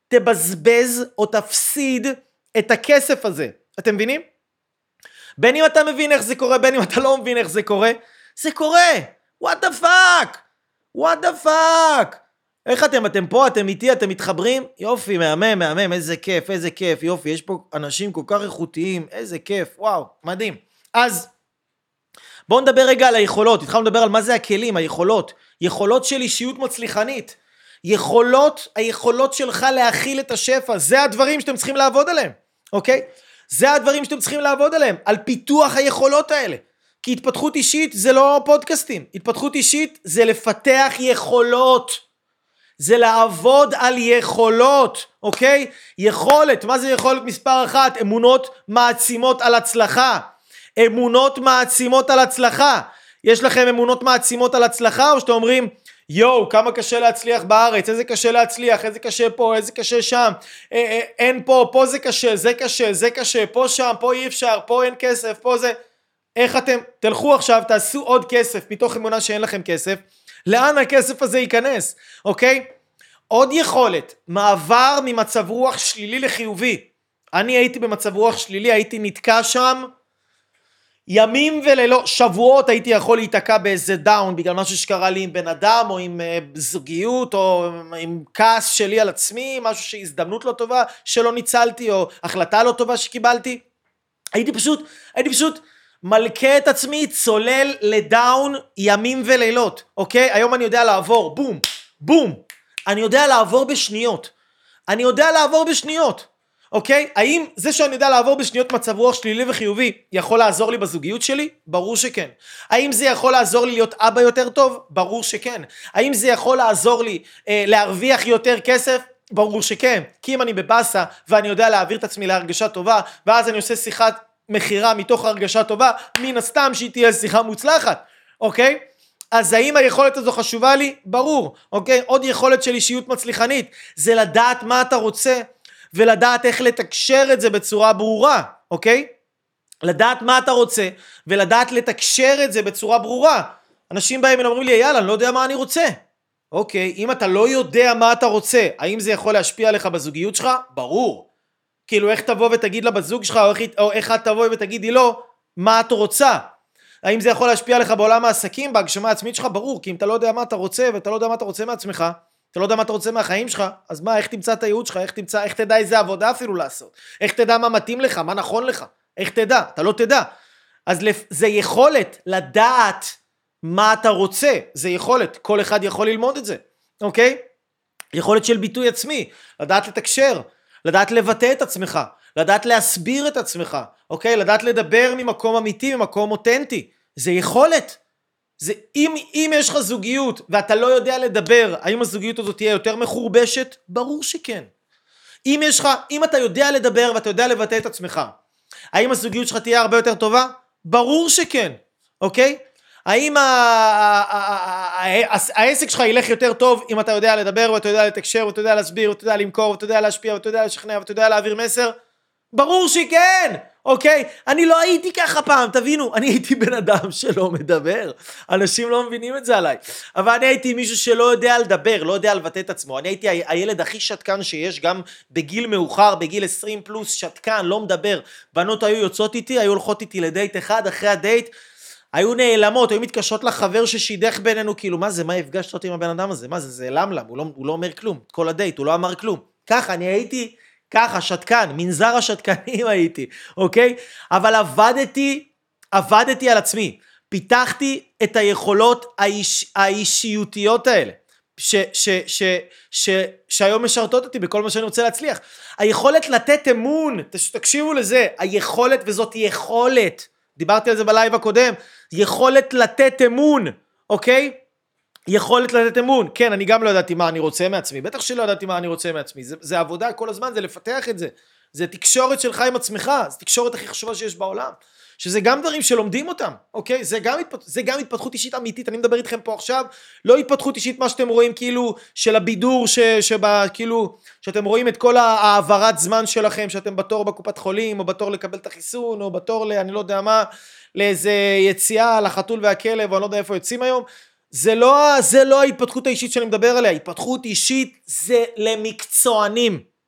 תבזבז או תפסיד את הכסף הזה. אתם מבינים? בין אם אתה מבין איך זה קורה, בין אם אתה לא מבין איך זה קורה, זה קורה. What the fuck? What the fuck? איך אתם? אתם פה, אתם איתי, אתם מתחברים? יופי, מהמם, מהמם, איזה כיף, איזה כיף, יופי, יש פה אנשים כל כך איכותיים, איזה כיף, וואו, מדהים. אז, בואו נדבר רגע על היכולות, התחלנו לדבר על מה זה הכלים, היכולות, יכולות של אישיות מצליחנית, יכולות, היכולות שלך להכיל את השפע, זה הדברים שאתם צריכים לעבוד עליהם, אוקיי? זה הדברים שאתם צריכים לעבוד עליהם, על פיתוח היכולות האלה. כי התפתחות אישית זה לא פודקאסטים, התפתחות אישית זה לפתח יכולות, זה לעבוד על יכולות, אוקיי? יכולת, מה זה יכולת מספר אחת? אמונות מעצימות על הצלחה, אמונות מעצימות על הצלחה. יש לכם אמונות מעצימות על הצלחה, או שאתם אומרים, יואו, כמה קשה להצליח בארץ, איזה קשה להצליח, איזה קשה פה, איזה קשה שם, אה, אה, אין פה, פה זה קשה, זה קשה, זה קשה, פה שם, פה אי אפשר, פה אין כסף, פה זה... איך אתם, תלכו עכשיו, תעשו עוד כסף, מתוך אמונה שאין לכם כסף, לאן הכסף הזה ייכנס, אוקיי? עוד יכולת, מעבר ממצב רוח שלילי לחיובי. אני הייתי במצב רוח שלילי, הייתי נתקע שם, ימים ולילות, שבועות הייתי יכול להתעקע באיזה דאון, בגלל משהו שקרה לי עם בן אדם, או עם uh, זוגיות, או עם כעס שלי על עצמי, משהו שהזדמנות לא טובה שלא ניצלתי, או החלטה לא טובה שקיבלתי. הייתי פשוט, הייתי פשוט מלכה את עצמי, צולל לדאון ימים ולילות, אוקיי? היום אני יודע לעבור, בום, בום, אני יודע לעבור בשניות, אני יודע לעבור בשניות. אוקיי? האם זה שאני יודע לעבור בשניות מצב רוח שלילי וחיובי יכול לעזור לי בזוגיות שלי? ברור שכן. האם זה יכול לעזור לי להיות אבא יותר טוב? ברור שכן. האם זה יכול לעזור לי אה, להרוויח יותר כסף? ברור שכן. כי אם אני בבאסה ואני יודע להעביר את עצמי להרגשה טובה, ואז אני עושה שיחת מחירה מתוך הרגשה טובה, מן הסתם שהיא תהיה שיחה מוצלחת. אוקיי? אז האם היכולת הזו חשובה לי? ברור. אוקיי? עוד יכולת של אישיות מצליחנית זה לדעת מה אתה רוצה, ולדעת איך לתקשר את זה בצורה ברורה, אוקיי? לדעת מה אתה רוצה, ולדעת לתקשר את זה בצורה ברורה. אנשים באים ואומרים לי, יאללה, אני לא יודע מה אני רוצה. אוקיי, אם אתה לא יודע מה אתה רוצה, האם זה יכול להשפיע עליך בזוגיות שלך? ברור. כאילו, איך תבוא ותגיד לה בזוג שלך, או איך, או איך את תבוא ותגידי לו, מה את רוצה? האם זה יכול להשפיע עליך בעולם העסקים, בהגשמה העצמית שלך? ברור, כי אם אתה לא יודע מה אתה רוצה, ואתה לא יודע מה אתה רוצה מעצמך, אתה לא יודע מה אתה רוצה מהחיים שלך, אז מה, איך תמצא את הייעוד שלך, איך תמצא, איך תדע איזה עבודה אפילו לעשות, איך תדע מה מתאים לך, מה נכון לך, איך תדע, אתה לא תדע. אז זה יכולת לדעת מה אתה רוצה, זה יכולת, כל אחד יכול ללמוד את זה, אוקיי? יכולת של ביטוי עצמי, לדעת לתקשר, לדעת לבטא את עצמך, לדעת להסביר את עצמך, אוקיי? לדעת לדבר ממקום אמיתי, ממקום אותנטי, זה יכולת. זה, אם, אם יש לך זוגיות ואתה לא יודע לדבר, האם הזוגיות הזאת תהיה יותר מחורבשת? ברור שכן. אם יש לך, אם אתה יודע לדבר ואתה יודע לבטא את עצמך, האם הזוגיות שלך תהיה הרבה יותר טובה? ברור שכן, אוקיי? האם העסק שלך ילך יותר טוב אם אתה יודע לדבר ואתה יודע לתקשר ואתה יודע להסביר ואתה יודע למכור ואתה יודע להשפיע ואתה יודע לשכנע ואתה יודע להעביר מסר? ברור שכן, אוקיי? אני לא הייתי ככה פעם, תבינו, אני הייתי בן אדם שלא מדבר, אנשים לא מבינים את זה עליי, אבל אני הייתי מישהו שלא יודע לדבר, לא יודע לבטא את עצמו, אני הייתי הילד הכי שתקן שיש, גם בגיל מאוחר, בגיל עשרים פלוס, שתקן, לא מדבר, בנות היו יוצאות איתי, היו הולכות איתי לדייט אחד, אחרי הדייט, היו נעלמות, היו מתקשרות לחבר ששידך בינינו, כאילו, מה זה, מה הפגשת אותי עם הבן אדם הזה, מה זה, זה למלם, הוא לא, הוא לא אומר כלום, כל הדייט, הוא לא אמר כלום, ככה, אני הייתי ככה, שתקן, מנזר השתקנים הייתי, אוקיי? אבל עבדתי, עבדתי על עצמי, פיתחתי את היכולות האיש, האישיותיות האלה, ש, ש, ש, ש, שהיום משרתות אותי בכל מה שאני רוצה להצליח. היכולת לתת אמון, תקשיבו לזה, היכולת, וזאת יכולת, דיברתי על זה בלייב הקודם, יכולת לתת אמון, אוקיי? יכולת לתת אמון, כן, אני גם לא ידעתי מה אני רוצה מעצמי, בטח שלא ידעתי מה אני רוצה מעצמי, זה, זה עבודה כל הזמן, זה לפתח את זה, זה תקשורת שלך עם עצמך, זה תקשורת הכי חשובה שיש בעולם, שזה גם דברים שלומדים אותם, אוקיי? זה גם, זה גם התפתחות אישית אמיתית, אני מדבר איתכם פה עכשיו, לא התפתחות אישית מה שאתם רואים כאילו, של הבידור, ש, שבה, כאילו, שאתם רואים את כל העברת זמן שלכם, שאתם בתור בקופת חולים, או בתור לקבל את החיסון, או בתור, אני לא יודע מה, לאיזה יציאה, לחתול והכלב, או אני לא יודע איפה יוצאים היום, זה לא, זה לא ההתפתחות האישית שאני מדבר עליה, התפתחות אישית זה למקצוענים,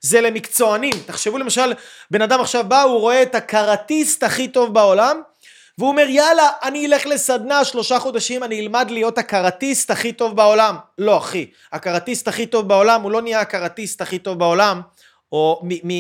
זה למקצוענים. תחשבו למשל, בן אדם עכשיו בא, הוא רואה את הקראטיסט הכי טוב בעולם, והוא אומר, יאללה, אני אלך לסדנה שלושה חודשים, אני אלמד להיות הקראטיסט הכי טוב בעולם. לא, אחי, הקראטיסט הכי טוב בעולם, הוא לא נהיה הקראטיסט הכי טוב בעולם, או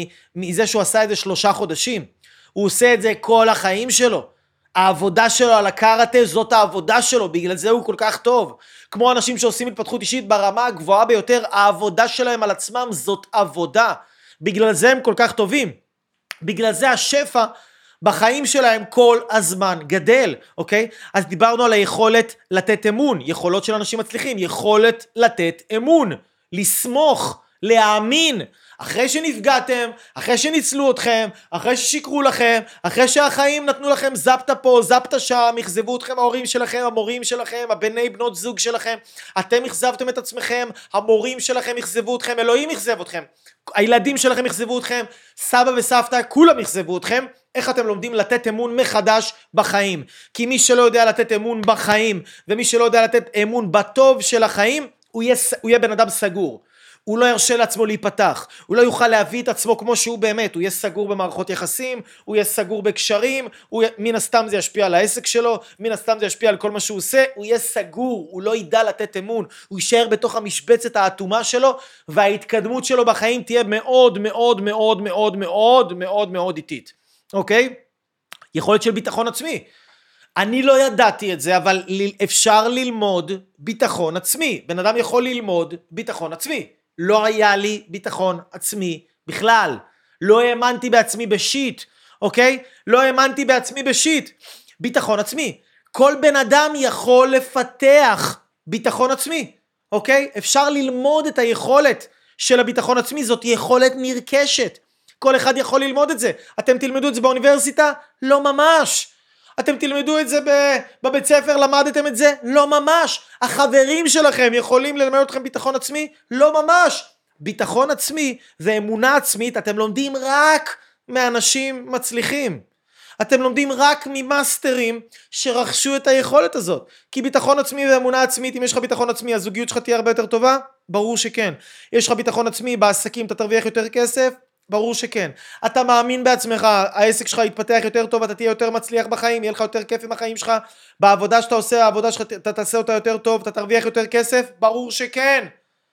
מזה שהוא עשה את זה שלושה חודשים. הוא עושה את זה כל החיים שלו. העבודה שלו על הקראטה, זאת העבודה שלו, בגלל זה הוא כל כך טוב. כמו אנשים שעושים התפתחות אישית ברמה הגבוהה ביותר, העבודה שלהם על עצמם זאת עבודה. בגלל זה הם כל כך טובים. בגלל זה השפע בחיים שלהם כל הזמן גדל, אוקיי? אז דיברנו על היכולת לתת אמון, יכולות של אנשים מצליחים, יכולת לתת אמון, לסמוך, להאמין, אחרי שנפגעתם, אחרי שניצלו אתכם, אחרי ששיקרו לכם, אחרי שהחיים נתנו לכם זפטה פה, זפטה שם, יחזבו אתכם ההורים שלכם, המורים שלכם, הבני בנות זוג שלכם, אתם יחזבתם את עצמכם, המורים שלכם יחזבו אתכם, אלוהים יחזב אתכם, הילדים שלכם יחזבו אתכם, סבא וסבתא, כולם יחזבו אתכם. איך אתם לומדים לתת אמון מחדש בחיים? כי מי שלא יודע לתת אמון בחיים, ומי שלא יודע לתת אמון בטוב של החיים, הוא יהיה, הוא יהיה בן אדם סגור. הוא לא ירשה לעצמו להיפתח, הוא לא יוכל להביא את עצמו כמו שהוא באמת, הוא יהיה סגור במערכות יחסים, הוא יהיה סגור בקשרים, הוא... מן הסתם זה ישפיע על העסק שלו, מן הסתם זה ישפיע על כל מה שהוא עושה, הוא יהיה סגור, הוא לא ידע לתת אמון, הוא יישאר בתוך המשבצת האטומה שלו, וההתקדמות שלו בחיים תהיה מאוד מאוד מאוד מאוד מאוד מאוד מאוד איטית, אוקיי? יכולת של ביטחון עצמי. אני לא ידעתי את זה, אבל אפשר ללמוד ביטחון עצמי. בן אדם יכול ללמוד ביטחון עצמי. לא היה לי ביטחון עצמי בכלל. לא האמנתי בעצמי בשיט, אוקיי? לא האמנתי בעצמי בשיט. ביטחון עצמי. כל בן אדם יכול לפתח ביטחון עצמי, אוקיי? אפשר ללמוד את היכולת של הביטחון עצמי, זאת יכולת נרכשת. כל אחד יכול ללמוד את זה. אתם תלמדו את זה באוניברסיטה? לא ממש. אתם תלמדו את זה בבית ספר, למדתם את זה? לא ממש. החברים שלכם יכולים ללמד אתכם ביטחון עצמי? לא ממש. ביטחון עצמי ואמונה עצמית אתם לומדים רק מאנשים מצליחים. אתם לומדים רק ממאסטרים שרכשו את היכולת הזאת. כי ביטחון עצמי ואמונה עצמית, אם יש לך ביטחון עצמי, הזוגיות שלך תהיה הרבה יותר טובה? ברור שכן. יש לך ביטחון עצמי, בעסקים אתה תרוויח יותר כסף? ברור שכן. אתה מאמין בעצמך, העסק שלך יתפתח יותר טוב, אתה תהיה יותר מצליח בחיים, יהיה לך יותר כיף עם החיים שלך, בעבודה שאתה עושה, העבודה שלך אתה תעשה אותה יותר טוב, אתה תרוויח יותר כסף? ברור שכן.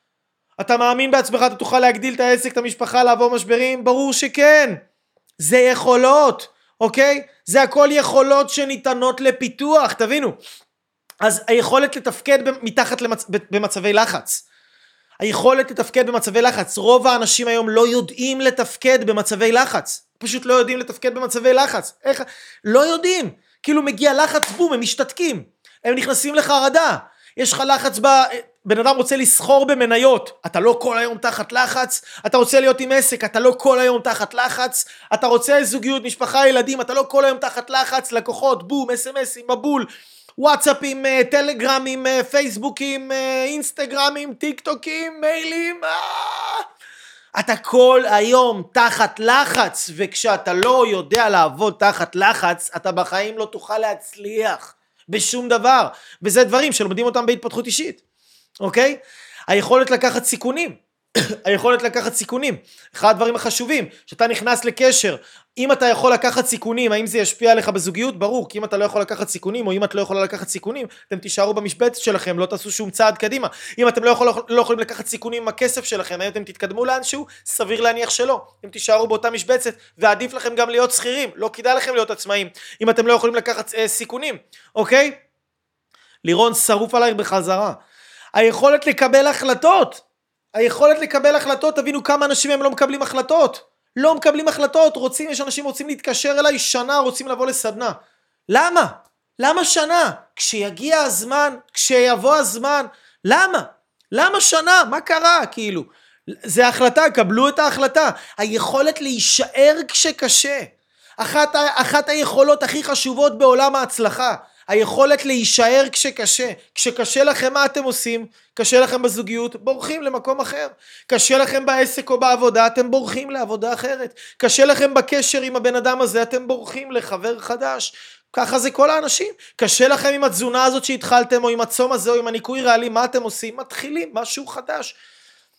אתה מאמין בעצמך, אתה תוכל להגדיל את העסק, את המשפחה, לעבור משברים? ברור שכן. זה יכולות, אוקיי? זה הכל יכולות שניתנות לפיתוח, תבינו. אז היכולת לתפקד מתחת למצ... במצבי לחץ. היכולת לתפקד במצבי לחץ. רוב האנשים היום לא יודעים לתפקד במצבי לחץ. פשוט לא יודעים לתפקד במצבי לחץ. איך? לא יודעים. כאילו מגיע לחץ, בום, הם משתתקים. הם נכנסים לחרדה. יש לך לחץ ב... בן אדם רוצה לסחור במניות. אתה לא כל היום תחת לחץ. אתה רוצה להיות עם עסק. אתה לא כל היום תחת לחץ. אתה רוצה זוגיות, משפחה, ילדים. אתה לא כל היום תחת לחץ. לקוחות, בום, אס-אם-אסים, מבול. וואטסאפים, טלגרמים, פייסבוקים, אינסטגרמים, טיק טוקים, מיילים. אתה כל היום תחת לחץ, וכשאתה לא יודע לעבוד תחת לחץ, אתה בחיים לא תוכל להצליח בשום דבר. וזה דברים שלומדים אותם בהתפתחות אישית. אוקיי? היכולת לקחת סיכונים. היכולת לקחת סיכונים. אחד הדברים החשובים, שאתה נכנס לקשר, אם אתה יכול לקחת סיכונים, האם זה ישפיע עליך בזוגיות? ברור, כי אם אתה לא יכול לקחת סיכונים, או אם את לא יכולה לקחת סיכונים, אתם תישארו במשבצת שלכם, לא תעשו שום צעד קדימה. אם אתם לא, יכול, לא יכולים לקחת סיכונים עם הכסף שלכם, האם אתם תתקדמו לאנשהו? סביר להניח שלא. אם תישארו באותה משבצת, ועדיף לכם גם להיות שכירים, לא כדאי לכם להיות עצמאים, אם אתם לא יכולים לקחת אה, סיכונים, אוקיי? לירון, שרוף עלייך בחזרה. היכולת לקבל החלטות. היכולת לקבל החלטות, תבינו כמה אנשים הם לא מקבלים החלטות. לא מקבלים החלטות, רוצים, יש אנשים רוצים להתקשר אליי שנה, רוצים לבוא לסדנה. למה? למה שנה? כשיגיע הזמן, כשיבוא הזמן, למה? למה שנה? מה קרה? כאילו, זה החלטה, קבלו את ההחלטה. היכולת להישאר כשקשה. אחת, אחת היכולות הכי חשובות בעולם ההצלחה. היכולת להישאר כשקשה. כשקשה לכם מה אתם עושים? קשה לכם בזוגיות, בורחים למקום אחר. קשה לכם בעסק או בעבודה, אתם בורחים לעבודה אחרת. קשה לכם בקשר עם הבן אדם הזה, אתם בורחים לחבר חדש. ככה זה כל האנשים. קשה לכם עם התזונה הזאת שהתחלתם, או עם הצום הזה, או עם הניקוי ריאלי, מה אתם עושים? מתחילים משהו חדש.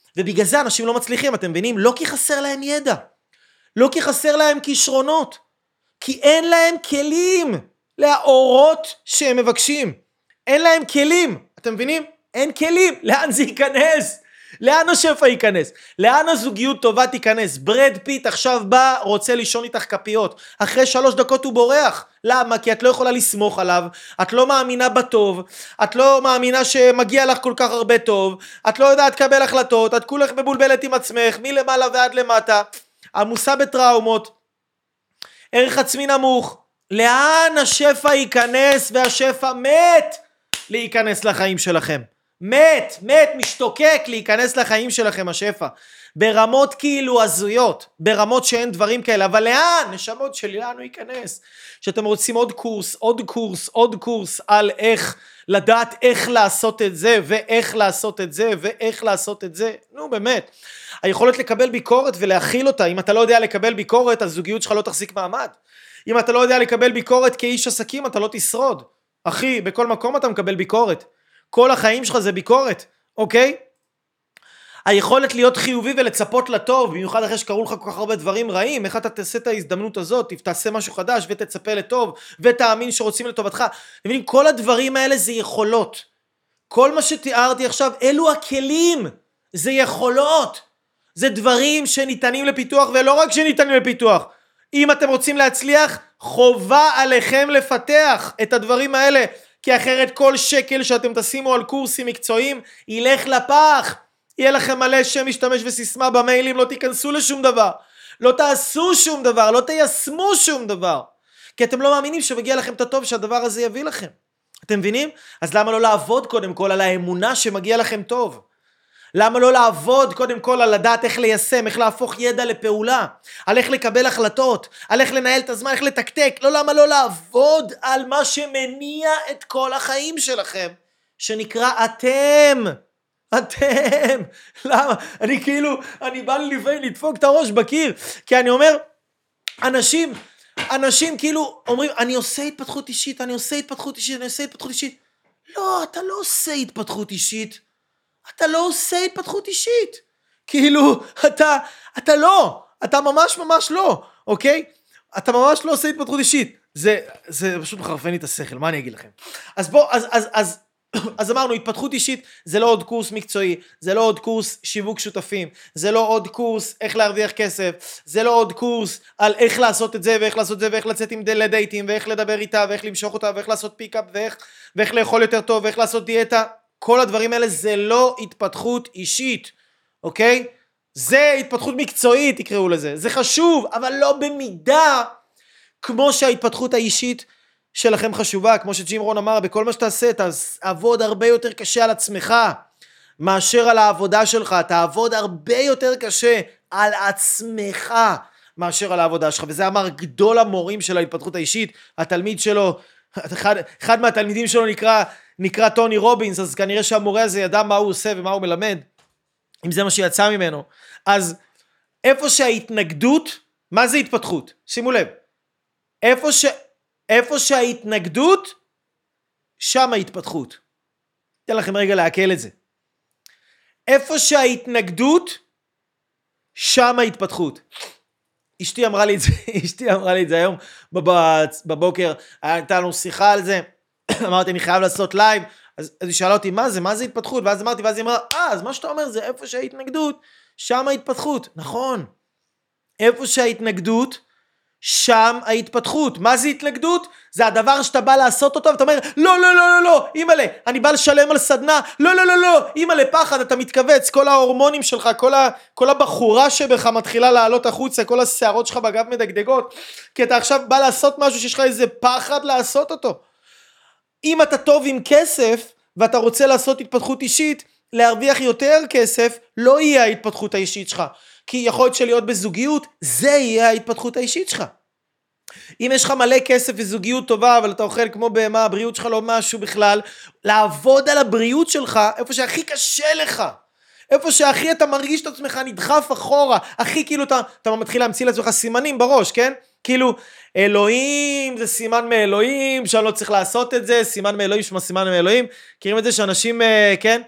ובגלל זה אנשים לא מצליחים, אתם מבינים? לא כי חסר להם ידע, לא כי חסר להם כישרונות, כי אין להם כלים לאורות שהם מבקשים. אין להם כלים, אתם מבינים? אין כלים. לאן זה ייכנס? לאן השפע ייכנס? לאן הזוגיות טובה תיכנס? ברד פיט עכשיו בא, רוצה לישון איתך כפיות. אחרי שלוש דקות הוא בורח. למה? כי את לא יכולה לסמוך עליו, את לא מאמינה בטוב, את לא מאמינה שמגיע לך כל כך הרבה טוב, את לא יודעת לקבל החלטות, את כולך מבולבלת עם עצמך, מלמעלה ועד למטה, עמוסה בטראומות, ערך עצמי נמוך. לאן השפע ייכנס? והשפע מת להיכנס לחיים שלכם. מת, מת, משתוקק להיכנס לחיים שלכם השפע. ברמות כאילו הזויות, ברמות שאין דברים כאלה, אבל לאן? נשמות שלי, לאן הוא ייכנס? שאתם רוצים עוד קורס, עוד קורס, עוד קורס על איך לדעת איך לעשות את זה, ואיך לעשות את זה, ואיך לעשות את זה. נו באמת. היכולת לקבל ביקורת ולהכיל אותה. אם אתה לא יודע לקבל ביקורת, הזוגיות שלך לא תחזיק מעמד. אם אתה לא יודע לקבל ביקורת כאיש עסקים, אתה לא תשרוד. אחי, בכל מקום אתה מקבל ביקורת. כל החיים שלך זה ביקורת, אוקיי? היכולת להיות חיובי ולצפות לטוב, במיוחד אחרי שקראו לך כל כך הרבה דברים רעים, איך אתה תעשה את ההזדמנות הזאת, תעשה משהו חדש ותצפה לטוב, ותאמין שרוצים לטובתך. מבינים, כל הדברים האלה זה יכולות. כל מה שתיארתי עכשיו, אלו הכלים, זה יכולות. זה דברים שניתנים לפיתוח, ולא רק שניתנים לפיתוח. אם אתם רוצים להצליח, חובה עליכם לפתח את הדברים האלה, כי אחרת כל שקל שאתם תשימו על קורסים מקצועיים, ילך לפח. יהיה לכם מלא שם משתמש וסיסמה במיילים, לא תיכנסו לשום דבר, לא תעשו שום דבר, לא תיישמו שום דבר, כי אתם לא מאמינים שמגיע לכם את הטוב שהדבר הזה יביא לכם. אתם מבינים? אז למה לא לעבוד קודם כל על האמונה שמגיע לכם טוב? למה לא לעבוד קודם כל על לדעת איך ליישם, איך להפוך ידע לפעולה, על איך לקבל החלטות, על איך לנהל את הזמן, איך לתקתק? לא, למה לא לעבוד על מה שמניע את כל החיים שלכם, שנקרא אתם? אתם, למה? אני כאילו, אני בא לי לפעמים לדפוק את הראש בקיר, כי אני אומר, אנשים, אנשים כאילו אומרים, אני עושה התפתחות אישית, אני עושה התפתחות אישית, אני עושה התפתחות אישית. לא, אתה לא עושה התפתחות אישית, אתה לא עושה התפתחות אישית, כאילו, אתה, אתה לא, אתה ממש ממש לא, אוקיי? אתה ממש לא עושה התפתחות אישית, זה, זה פשוט מחרפן לי את השכל, מה אני אגיד לכם? אז בוא, אז, אז, אז, אז אמרנו, התפתחות אישית זה לא עוד קורס מקצועי, זה לא עוד קורס שיווק שותפים, זה לא עוד קורס איך להרוויח כסף, זה לא עוד קורס על איך לעשות את זה ואיך לעשות את זה ואיך לצאת עם לדייטים ואיך לדבר איתה ואיך למשוך אותה ואיך לעשות פיקאפ ואיך, ואיך לאכול יותר טוב ואיך לעשות דיאטה. כל הדברים האלה זה לא התפתחות אישית, אוקיי? זה התפתחות מקצועית תקראו לזה, זה חשוב, אבל לא במידה כמו שההתפתחות האישית שלכם חשובה. כמו שג'ים רון אמר, בכל מה שתעשה תעבוד הרבה יותר קשה על עצמך מאשר על העבודה שלך, תעבוד הרבה יותר קשה על עצמך מאשר על העבודה שלך. וזה אמר גדול המורים של ההתפתחות האישית, התלמיד שלו, אחד, אחד מהתלמידים שלו נקרא, נקרא טוני רובינס, אז כנראה שהמורה הזה ידע מה הוא עושה ומה הוא מלמד, אם זה מה שיצא ממנו. אז איפה שההתנגדות, מה זה התפתחות? שימו לב, איפה ש... איפה שההתנגדות, שם ההתפתחות. אתן לכם רגע להקל את זה. איפה שההתנגדות, שם ההתפתחות. אשתי אמרה לי את זה, אשתי אמרה לי את זה היום בבוקר, הייתה לנו שיחה על זה, אמרתי אני חייב לעשות לייב, אז, אז היא שאלה אותי מה זה, מה זה התפתחות, ואז אמרתי, ואז היא אמרה, אה, אז מה שאתה אומר זה איפה שההתנגדות, שם ההתפתחות. נכון. איפה שההתנגדות, שם ההתפתחות. מה זה התנגדות? זה הדבר שאתה בא לעשות אותו ואתה אומר לא לא לא לא לא אימא'לה אני בא לשלם על סדנה, לא לא לא לא אימא'לה פחד, אתה מתכווץ, כל ההורמונים שלך, כל, ה, כל הבחורה שבך מתחילה לעלות החוצה, כל השערות שלך בגב מדגדגות, כי אתה עכשיו בא לעשות משהו שיש לך איזה פחד לעשות אותו. אם אתה טוב עם כסף ואתה רוצה לעשות התפתחות אישית, להרוויח יותר כסף, לא יהיה ההתפתחות האישית שלך, כי יכול להיות שלהיות בזוגיות, זה יהיה ההתפתחות האישית שלך. אם יש לך מלא כסף וזוגיות טובה, אבל אתה אוכל כמו בהמה, הבריאות שלך לא משהו בכלל, לעבוד על הבריאות שלך, איפה שהכי קשה לך, איפה שהכי אתה מרגיש את עצמך נדחף אחורה, הכי כאילו אתה, אתה מתחיל להמציא לעצמך סימנים בראש, כן? כאילו, אלוהים, זה סימן מאלוהים, שאני לא צריך לעשות את זה, סימן מאלוהים, שמה סימן מאלוהים, מכירים את זה שאנשים, כן?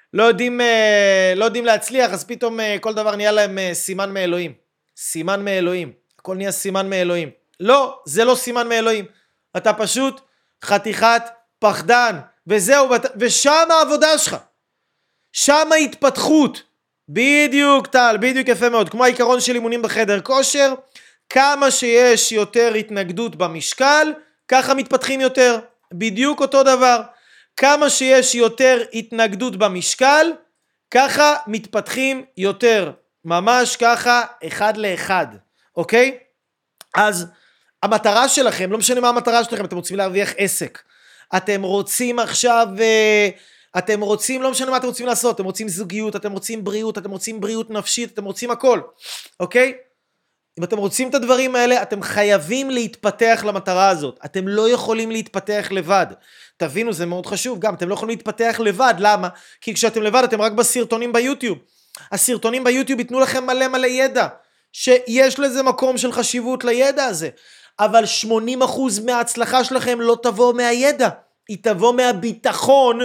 לא יודעים, לא יודעים להצליח, אז פתאום כל דבר נהיה להם סימן מאלוהים. סימן מאלוהים. הכל נהיה סימן מאלוהים. לא, זה לא סימן מאלוהים. אתה פשוט חתיכת פחדן, וזהו, ושם העבודה שלך. שם ההתפתחות. בדיוק, טל, בדיוק יפה מאוד. כמו העיקרון של אימונים בחדר כושר, כמה שיש יותר התנגדות במשקל, ככה מתפתחים יותר. בדיוק אותו דבר. כמה שיש יותר התנגדות במשקל, ככה מתפתחים יותר. ממש ככה, אחד לאחד. אוקיי? אז המטרה שלכם, לא משנה מה המטרה שלכם, אתם רוצים להרוויח עסק. אתם רוצים עכשיו, אתם רוצים, לא משנה מה אתם רוצים לעשות, אתם רוצים זוגיות, אתם רוצים בריאות, אתם רוצים בריאות נפשית, אתם רוצים הכל. אוקיי? אם אתם רוצים את הדברים האלה, אתם חייבים להתפתח למטרה הזאת. אתם לא יכולים להתפתח לבד. תבינו, זה מאוד חשוב. גם, אתם לא יכולים להתפתח לבד. למה? כי כשאתם לבד, אתם רק בסרטונים ביוטיוב. הסרטונים ביוטיוב ייתנו לכם מלא מלא ידע. שיש לזה מקום של חשיבות לידע הזה. אבל שמונים אחוז מההצלחה שלכם לא תבוא מהידע. היא תבוא מהביטחון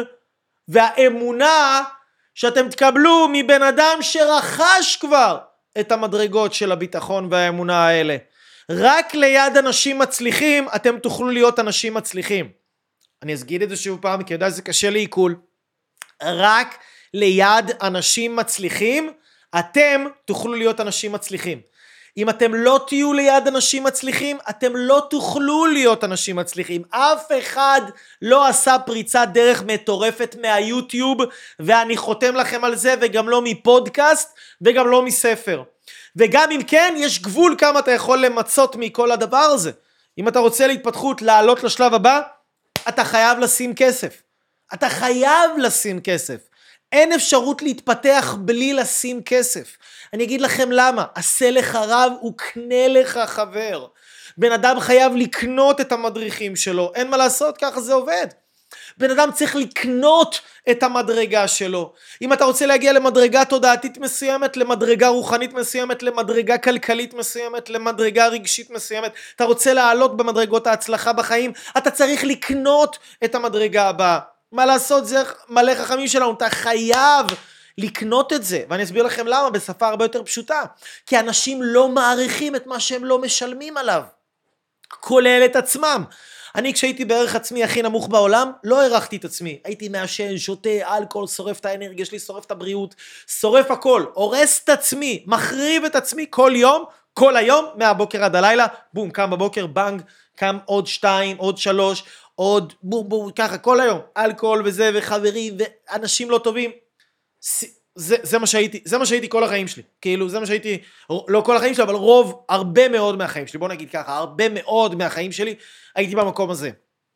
והאמונה שאתם תקבלו מבן אדם שרכש כבר את המדרגות של הביטחון והאמונה האלה. רק ליד אנשים מצליחים, אתם תוכלו להיות אנשים מצליחים. אני אסגיד את זה שוב פעם, כי יודע שזה קשה לעיכול. רק ליד אנשים מצליחים, אתם תוכלו להיות אנשים מצליחים. אם אתם לא תהיו ליד אנשים מצליחים, אתם לא תוכלו להיות אנשים מצליחים. אף אחד לא עשה פריצת דרך מטורפת מהיוטיוב, ואני חותם לכם על זה, וגם לא מפודקאסט, וגם לא מספר. וגם אם כן, יש גבול כמה אתה יכול למצות מכל הדבר הזה. אם אתה רוצה להתפתחות, לעלות לשלב הבא, אתה חייב לשים כסף. אתה חייב לשים כסף. אין אפשרות להתפתח בלי לשים כסף. אני אגיד לכם למה. עשה לך רב וקנה לך חבר. בן אדם חייב לקנות את המדריכים שלו. אין מה לעשות, ככה זה עובד. בן אדם צריך לקנות את המדרגה שלו. אם אתה רוצה להגיע למדרגה תודעתית מסוימת, למדרגה רוחנית מסוימת, למדרגה כלכלית מסוימת, למדרגה רגשית מסוימת, אתה רוצה לעלות במדרגות ההצלחה בחיים, אתה צריך לקנות את המדרגה הבאה. מה לעשות? זה מלא חכמים שלנו, אתה חייב לקנות את זה. ואני אסביר לכם למה, בשפה הרבה יותר פשוטה. כי אנשים לא מעריכים את מה שהם לא משלמים עליו. כולל את עצמם. אני כשהייתי בערך עצמי הכי נמוך בעולם, לא הערכתי את עצמי. הייתי מעשן, שותה, אלכוהול, שורף את האנרגיה שלי, שורף את הבריאות, שורף הכל, הורס את עצמי, מחריב את עצמי כל יום, כל היום, מהבוקר עד הלילה, בום, קם בבוקר, בנג, קם עוד שתיים, עוד שלוש, עוד בום בום, ככה, כל היום, אלכוהול וזה, וחברים, ואנשים לא טובים. זה, זה מה שהייתי, זה מה שהייתי כל החיים שלי. כאילו, זה מה שהייתי, לא כל החיים שלי, אבל רוב, הרבה מאוד מהחיים שלי. בוא נגיד ככה, הרבה מאוד מהחיים שלי, הייתי במקום הזה.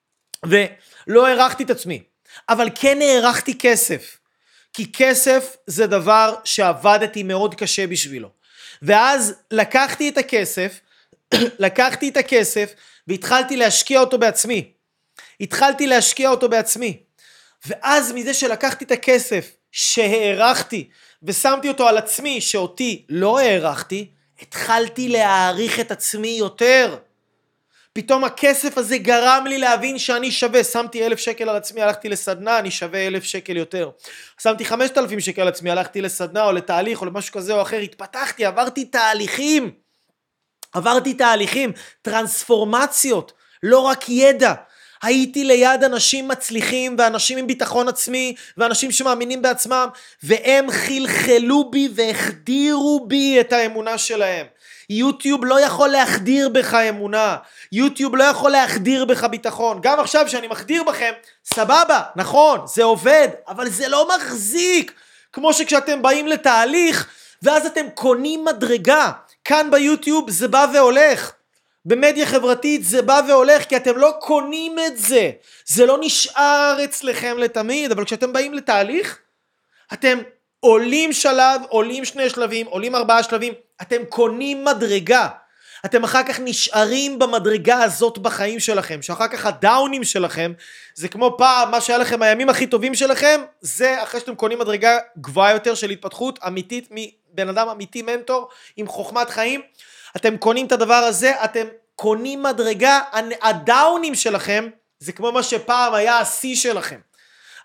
ולא הערכתי את עצמי. אבל כן הערכתי כסף. כי כסף זה דבר שעבדתי מאוד קשה בשבילו. ואז לקחתי את הכסף, לקחתי את הכסף, והתחלתי להשקיע אותו בעצמי. התחלתי להשקיע אותו בעצמי. ואז מזה שלקחתי את הכסף, שהערכתי ושמתי אותו על עצמי שאותי לא הערכתי, התחלתי להעריך את עצמי יותר. פתאום הכסף הזה גרם לי להבין שאני שווה. שמתי אלף שקל על עצמי, הלכתי לסדנה, אני שווה אלף שקל יותר. שמתי חמשת אלפים שקל על עצמי, הלכתי לסדנה או לתהליך או למשהו כזה או אחר, התפתחתי, עברתי תהליכים. עברתי תהליכים, טרנספורמציות, לא רק ידע. הייתי ליד אנשים מצליחים ואנשים עם ביטחון עצמי ואנשים שמאמינים בעצמם, והם חלחלו בי והחדירו בי את האמונה שלהם. יוטיוב לא יכול להחדיר בך אמונה, יוטיוב לא יכול להחדיר בך ביטחון. גם עכשיו שאני מחדיר בכם, סבבה, נכון, זה עובד, אבל זה לא מחזיק. כמו שכשאתם באים לתהליך ואז אתם קונים מדרגה, כאן ביוטיוב זה בא והולך. במדיה חברתית זה בא והולך, כי אתם לא קונים את זה. זה לא נשאר אצלכם לתמיד, אבל כשאתם באים לתהליך, אתם עולים שלב, עולים שני שלבים, עולים ארבעה שלבים, אתם קונים מדרגה. אתם אחר כך נשארים במדרגה הזאת בחיים שלכם, שאחר כך הדאונים שלכם, זה כמו פעם, מה שהיה לכם הימים הכי טובים שלכם, זה אחרי שאתם קונים מדרגה גבוהה יותר של התפתחות אמיתית, מבן אדם אמיתי מנטור, עם חוכמת חיים, אתם קונים את הדבר הזה, אתם קונים מדרגה, הדאונים שלכם, זה כמו מה שפעם היה השיא שלכם.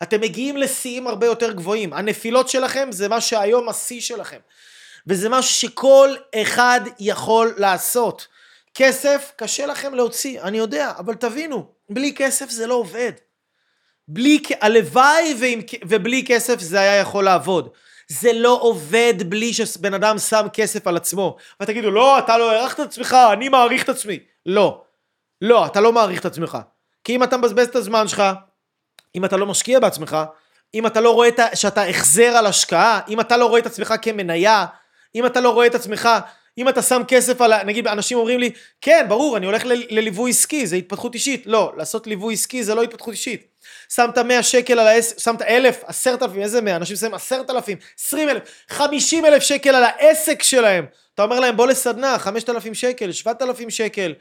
אתם מגיעים לשיאים הרבה יותר גבוהים. הנפילות שלכם זה מה שהיום השיא שלכם. וזה משהו שכל אחד יכול לעשות. כסף קשה לכם להוציא, אני יודע, אבל תבינו, בלי כסף זה לא עובד. בלי, הלוואי ועם, ובלי כסף זה היה יכול לעבוד. זה לא עובד בלי שבן אדם שם כסף על עצמו. ותגידו, לא, אתה לא הערכת את עצמך, אני מעריך את עצמי. לא, לא, אתה לא מעריך את עצמך. כי אם אתה מבזבז את הזמן שלך, אם אתה לא משקיע בעצמך, אם אתה לא רואה את, שאתה החזר על השקעה, אם אתה לא רואה את עצמך כמניה, אם אתה לא רואה את עצמך, אם אתה שם כסף על, נגיד, אנשים אומרים לי, כן, ברור, אני הולך ל- לליווי עסקי, זה התפתחות אישית. לא, לעשות ליווי עסקי זה לא התפתחות אישית. שמת מאה שקל על העסק, שמת אלף, עשרת אלפים, איזה מאה? אנשים שמים עשרת אלפים, עשרים אלף, חמישים אלף שקל על העסק שלהם. אתה אומר להם, בוא לסדנה, חמשת אלפים שקל, שבעת אלפים שקל.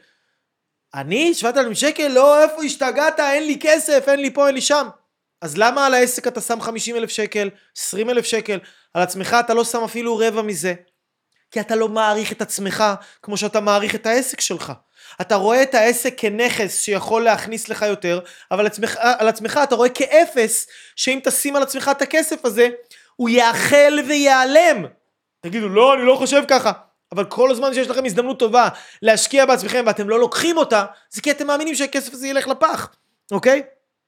אני, שבעת אלפים שקל? לא, איפה השתגעת? אין לי כסף, אין לי פה, אין לי שם. אז למה על העסק אתה שם חמישים אלף שקל, עשרים אלף שקל? על עצמך אתה לא שם אפילו רבע מזה. כי אתה לא מעריך את עצמך כמו שאתה מעריך את העסק שלך. אתה רואה את העסק כנכס שיכול להכניס לך יותר, אבל עצמך, על עצמך אתה רואה כאפס, שאם תשים על עצמך את הכסף הזה, הוא יאכל ויעלם. תגידו, לא, אני לא חושב ככה. אבל כל הזמן שיש לכם הזדמנות טובה להשקיע בעצמכם, ואתם לא לוקחים אותה, זה כי אתם מאמינים שהכסף הזה ילך לפח. אוקיי?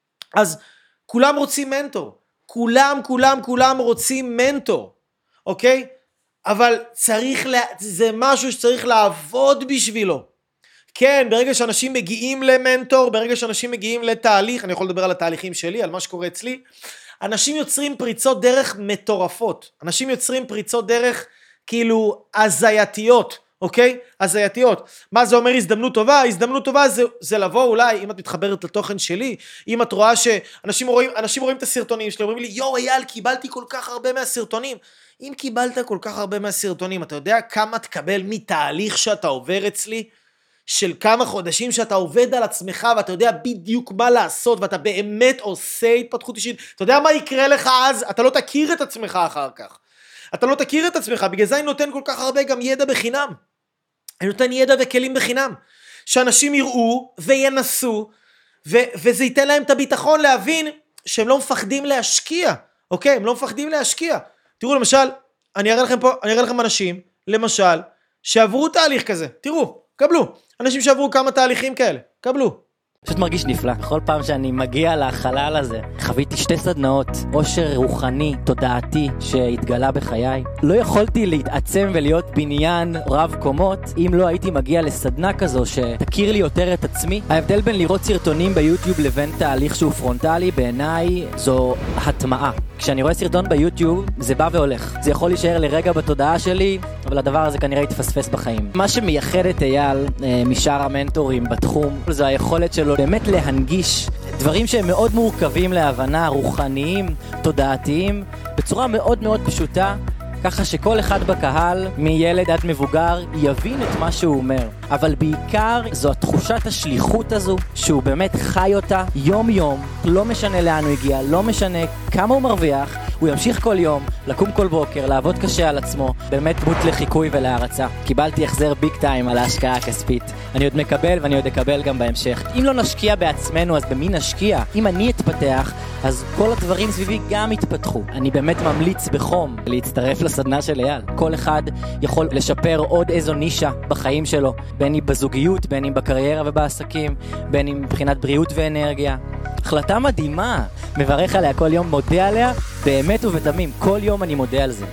אז כולם רוצים מנטור. כולם, כולם, כולם רוצים מנטור. אוקיי? אבל צריך, לה... זה משהו שצריך לעבוד בשבילו. כן, ברגע שאנשים מגיעים למנטור, ברגע שאנשים מגיעים לתהליך, אני יכול לדבר על התהליכים שלי, על מה שקורה אצלי, אנשים יוצרים פריצות דרך מטורפות. אנשים יוצרים פריצות דרך כאילו הזייתיות, אוקיי? הזייתיות. מה זה אומר הזדמנות טובה? הזדמנות טובה זה, זה לבוא אולי, אם את מתחברת לתוכן שלי, אם את רואה שאנשים רואים, אנשים רואים את הסרטונים שלי, אומרים לי, יו, אייל, קיבלתי כל כך הרבה מהסרטונים. אם קיבלת כל כך הרבה מהסרטונים, אתה יודע כמה תקבל מתהליך שאתה עובר אצלי? של כמה חודשים שאתה עובד על עצמך, ואתה יודע בדיוק מה לעשות, ואתה באמת עושה התפתחות אישית. אתה יודע מה יקרה לך אז? אתה לא תכיר את עצמך אחר כך. אתה לא תכיר את עצמך, בגלל זה אני נותן כל כך הרבה גם ידע בחינם. אני נותן ידע וכלים בחינם. שאנשים יראו וינסו, ו- וזה ייתן להם את הביטחון להבין שהם לא מפחדים להשקיע. אוקיי? הם לא מפחדים להשקיע. תראו, למשל, אני אראה לכם פה, אני אראה לכם אנשים, למשל, שעברו תהליך כזה. תראו, קבלו. אנשים שעברו כמה תהליכים כאלה. קבלו. פשוט מרגיש נפלא. בכל פעם שאני מגיע לחלל הזה, חוויתי שתי סדנאות, עושר רוחני, תודעתי, שהתגלה בחיי. לא יכולתי להתעצם ולהיות בניין רב קומות, אם לא הייתי מגיע לסדנה כזו שתכיר לי יותר את עצמי. ההבדל בין לראות סרטונים ביוטיוב לבין תהליך שהוא פרונטלי, בעיניי זו הטמעה. כשאני רואה סרטון ביוטיוב, זה בא והולך. זה יכול להישאר לרגע בתודעה שלי, אבל הדבר הזה כנראה יתפספס בחיים. מה שמייחד את אייל משאר המנטורים בתחום, זו היכולת שלו באמת להנגיש דברים שהם מאוד מורכבים להבנה, רוחניים, תודעתיים, בצורה מאוד מאוד פשוטה, ככה שכל אחד בקהל, מילד עד מבוגר, יבין את מה שהוא אומר. אבל בעיקר זו התחושת השליחות הזו, שהוא באמת חי אותה יום יום, לא משנה לאן הוא הגיע, לא משנה כמה הוא מרוויח, הוא ימשיך כל יום, לקום כל בוקר, לעבוד קשה על עצמו, באמת דמות לחיקוי ולהערצה. קיבלתי החזר ביג טיים על ההשקעה הכספית. אני עוד מקבל ואני עוד אקבל גם בהמשך. אם לא נשקיע בעצמנו, אז במי נשקיע? אם אני אתפתח, אז כל הדברים סביבי גם יתפתחו. אני באמת ממליץ בחום להצטרף לסדנה של אייל. כל אחד יכול לשפר עוד איזו נישה בחיים שלו, בין אם בזוגיות, בין אם בקריירה ובעסקים, בין אם מבחינת בריאות ואנרגיה. החלטה מדהימה. מברך עליה כל יום, מודה עליה, באמת ובתמים. כל יום אני מודה על זה.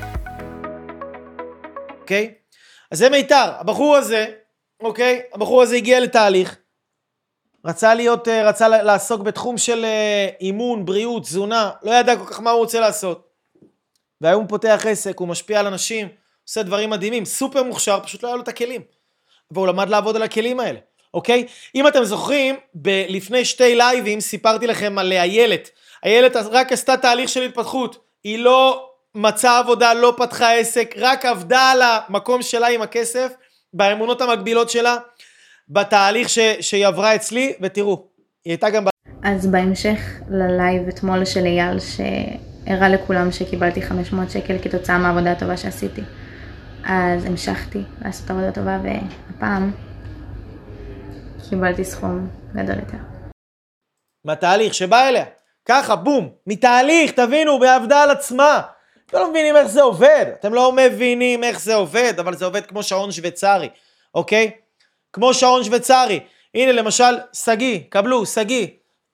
אוקיי? אז זה מיתר. הבחור הזה, אוקיי? הבחור הזה הגיע לתהליך. רצה להיות, רצה לעסוק בתחום של אימון, בריאות, תזונה. לא ידע כל כך מה הוא רוצה לעשות. והיום הוא פותח עסק, הוא משפיע על אנשים, עושה דברים מדהימים, סופר מוכשר, פשוט לא היה לו את הכלים. והוא למד לעבוד על הכלים האלה. אוקיי? אם אתם זוכרים, ב- לפני שתי לייבים סיפרתי לכם על איילת. איילת רק עשתה תהליך של התפתחות. היא לא מצאה עבודה, לא פתחה עסק, רק עבדה על המקום שלה עם הכסף, באמונות המקבילות שלה, בתהליך ש- שהיא עברה אצלי, ותראו, היא הייתה גם... אז בהמשך ללייב אתמול של אייל, שהראה לכולם שקיבלתי חמש מאות שקל כתוצאה מהעבודה הטובה שעשיתי. אז המשכתי לעשות עבודה טובה, והפעם קיבלתי סכום גדול יותר. מהתהליך שבא אליה. ככה, בום, מתהליך, תבינו, בעבדה על עצמה. אתם לא מבינים איך זה עובד, אתם לא מבינים איך זה עובד, אבל זה עובד כמו שעון שוויצרי, אוקיי? כמו שעון שוויצרי. הנה למשל, סגי, קבלו, סגי.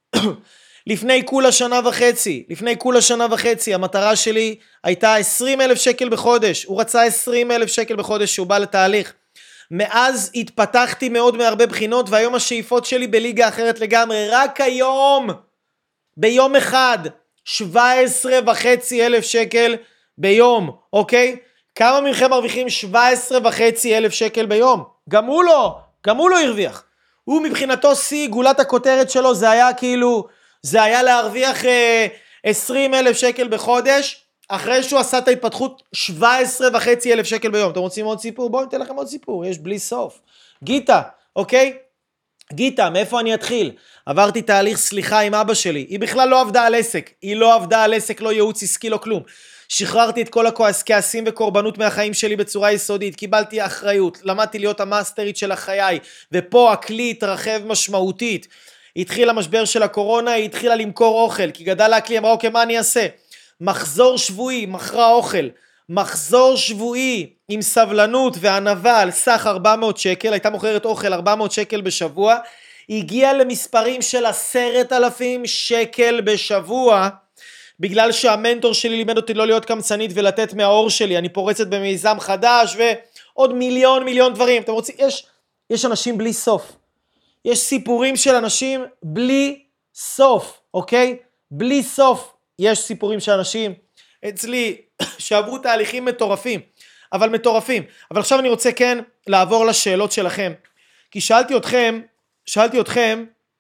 לפני כולה שנה וחצי, לפני כולה שנה וחצי, המטרה שלי הייתה עשרים אלף שקל בחודש, הוא רצה עשרים אלף שקל בחודש שהוא בא לתהליך. מאז התפתחתי מאוד מהרבה בחינות, והיום השאיפות שלי בליגה אחרת לגמרי, רק היום, ביום אחד, שבע עשרה וחצי אלף שקל ביום, אוקיי? כמה מכם מרוויחים שבע עשרה וחצי אלף שקל ביום? גם הוא לא, גם הוא לא הרוויח. הוא מבחינתו שיא, גולת הכותרת שלו, זה היה כאילו, זה היה להרוויח אה, עשרים אלף שקל בחודש, אחרי שהוא עשה את ההתפתחות שבע עשרה וחצי אלף שקל ביום. אתם רוצים עוד סיפור? בואו ניתן לכם עוד סיפור, יש בלי סוף. גיטה, אוקיי? גיטה, מאיפה אני אתחיל? עברתי תהליך סליחה עם אבא שלי, היא בכלל לא עבדה על עסק, היא לא עבדה על עסק, לא ייעוץ עסקי, לא כלום. שחררתי את כל הכעסים וקורבנות מהחיים שלי בצורה יסודית, קיבלתי אחריות, למדתי להיות המאסטרית של החיי, ופה הכלי התרחב משמעותית. התחיל המשבר של הקורונה, היא התחילה למכור אוכל, כי גדל הכלי, אמרה אוקיי, מה אני אעשה? מחזור שבועי, מכרה אוכל, מחזור שבועי עם סבלנות וענווה על סך ארבע מאות שקל, הייתה מוכרת אוכל ארבע מאות שקל בשבוע, הגיעה למספרים של עשרת אלפים שקל בשבוע, בגלל שהמנטור שלי לימד אותי לא להיות קמצנית ולתת מהאור שלי, אני פורצת במיזם חדש ועוד מיליון מיליון דברים. אתם רוצים, יש, יש אנשים בלי סוף, יש סיפורים של אנשים בלי סוף, אוקיי? בלי סוף יש סיפורים של אנשים אצלי שעברו תהליכים מטורפים, אבל מטורפים. אבל עכשיו אני רוצה כן לעבור לשאלות שלכם, כי שאלתי אתכם, שאלתי אתכם,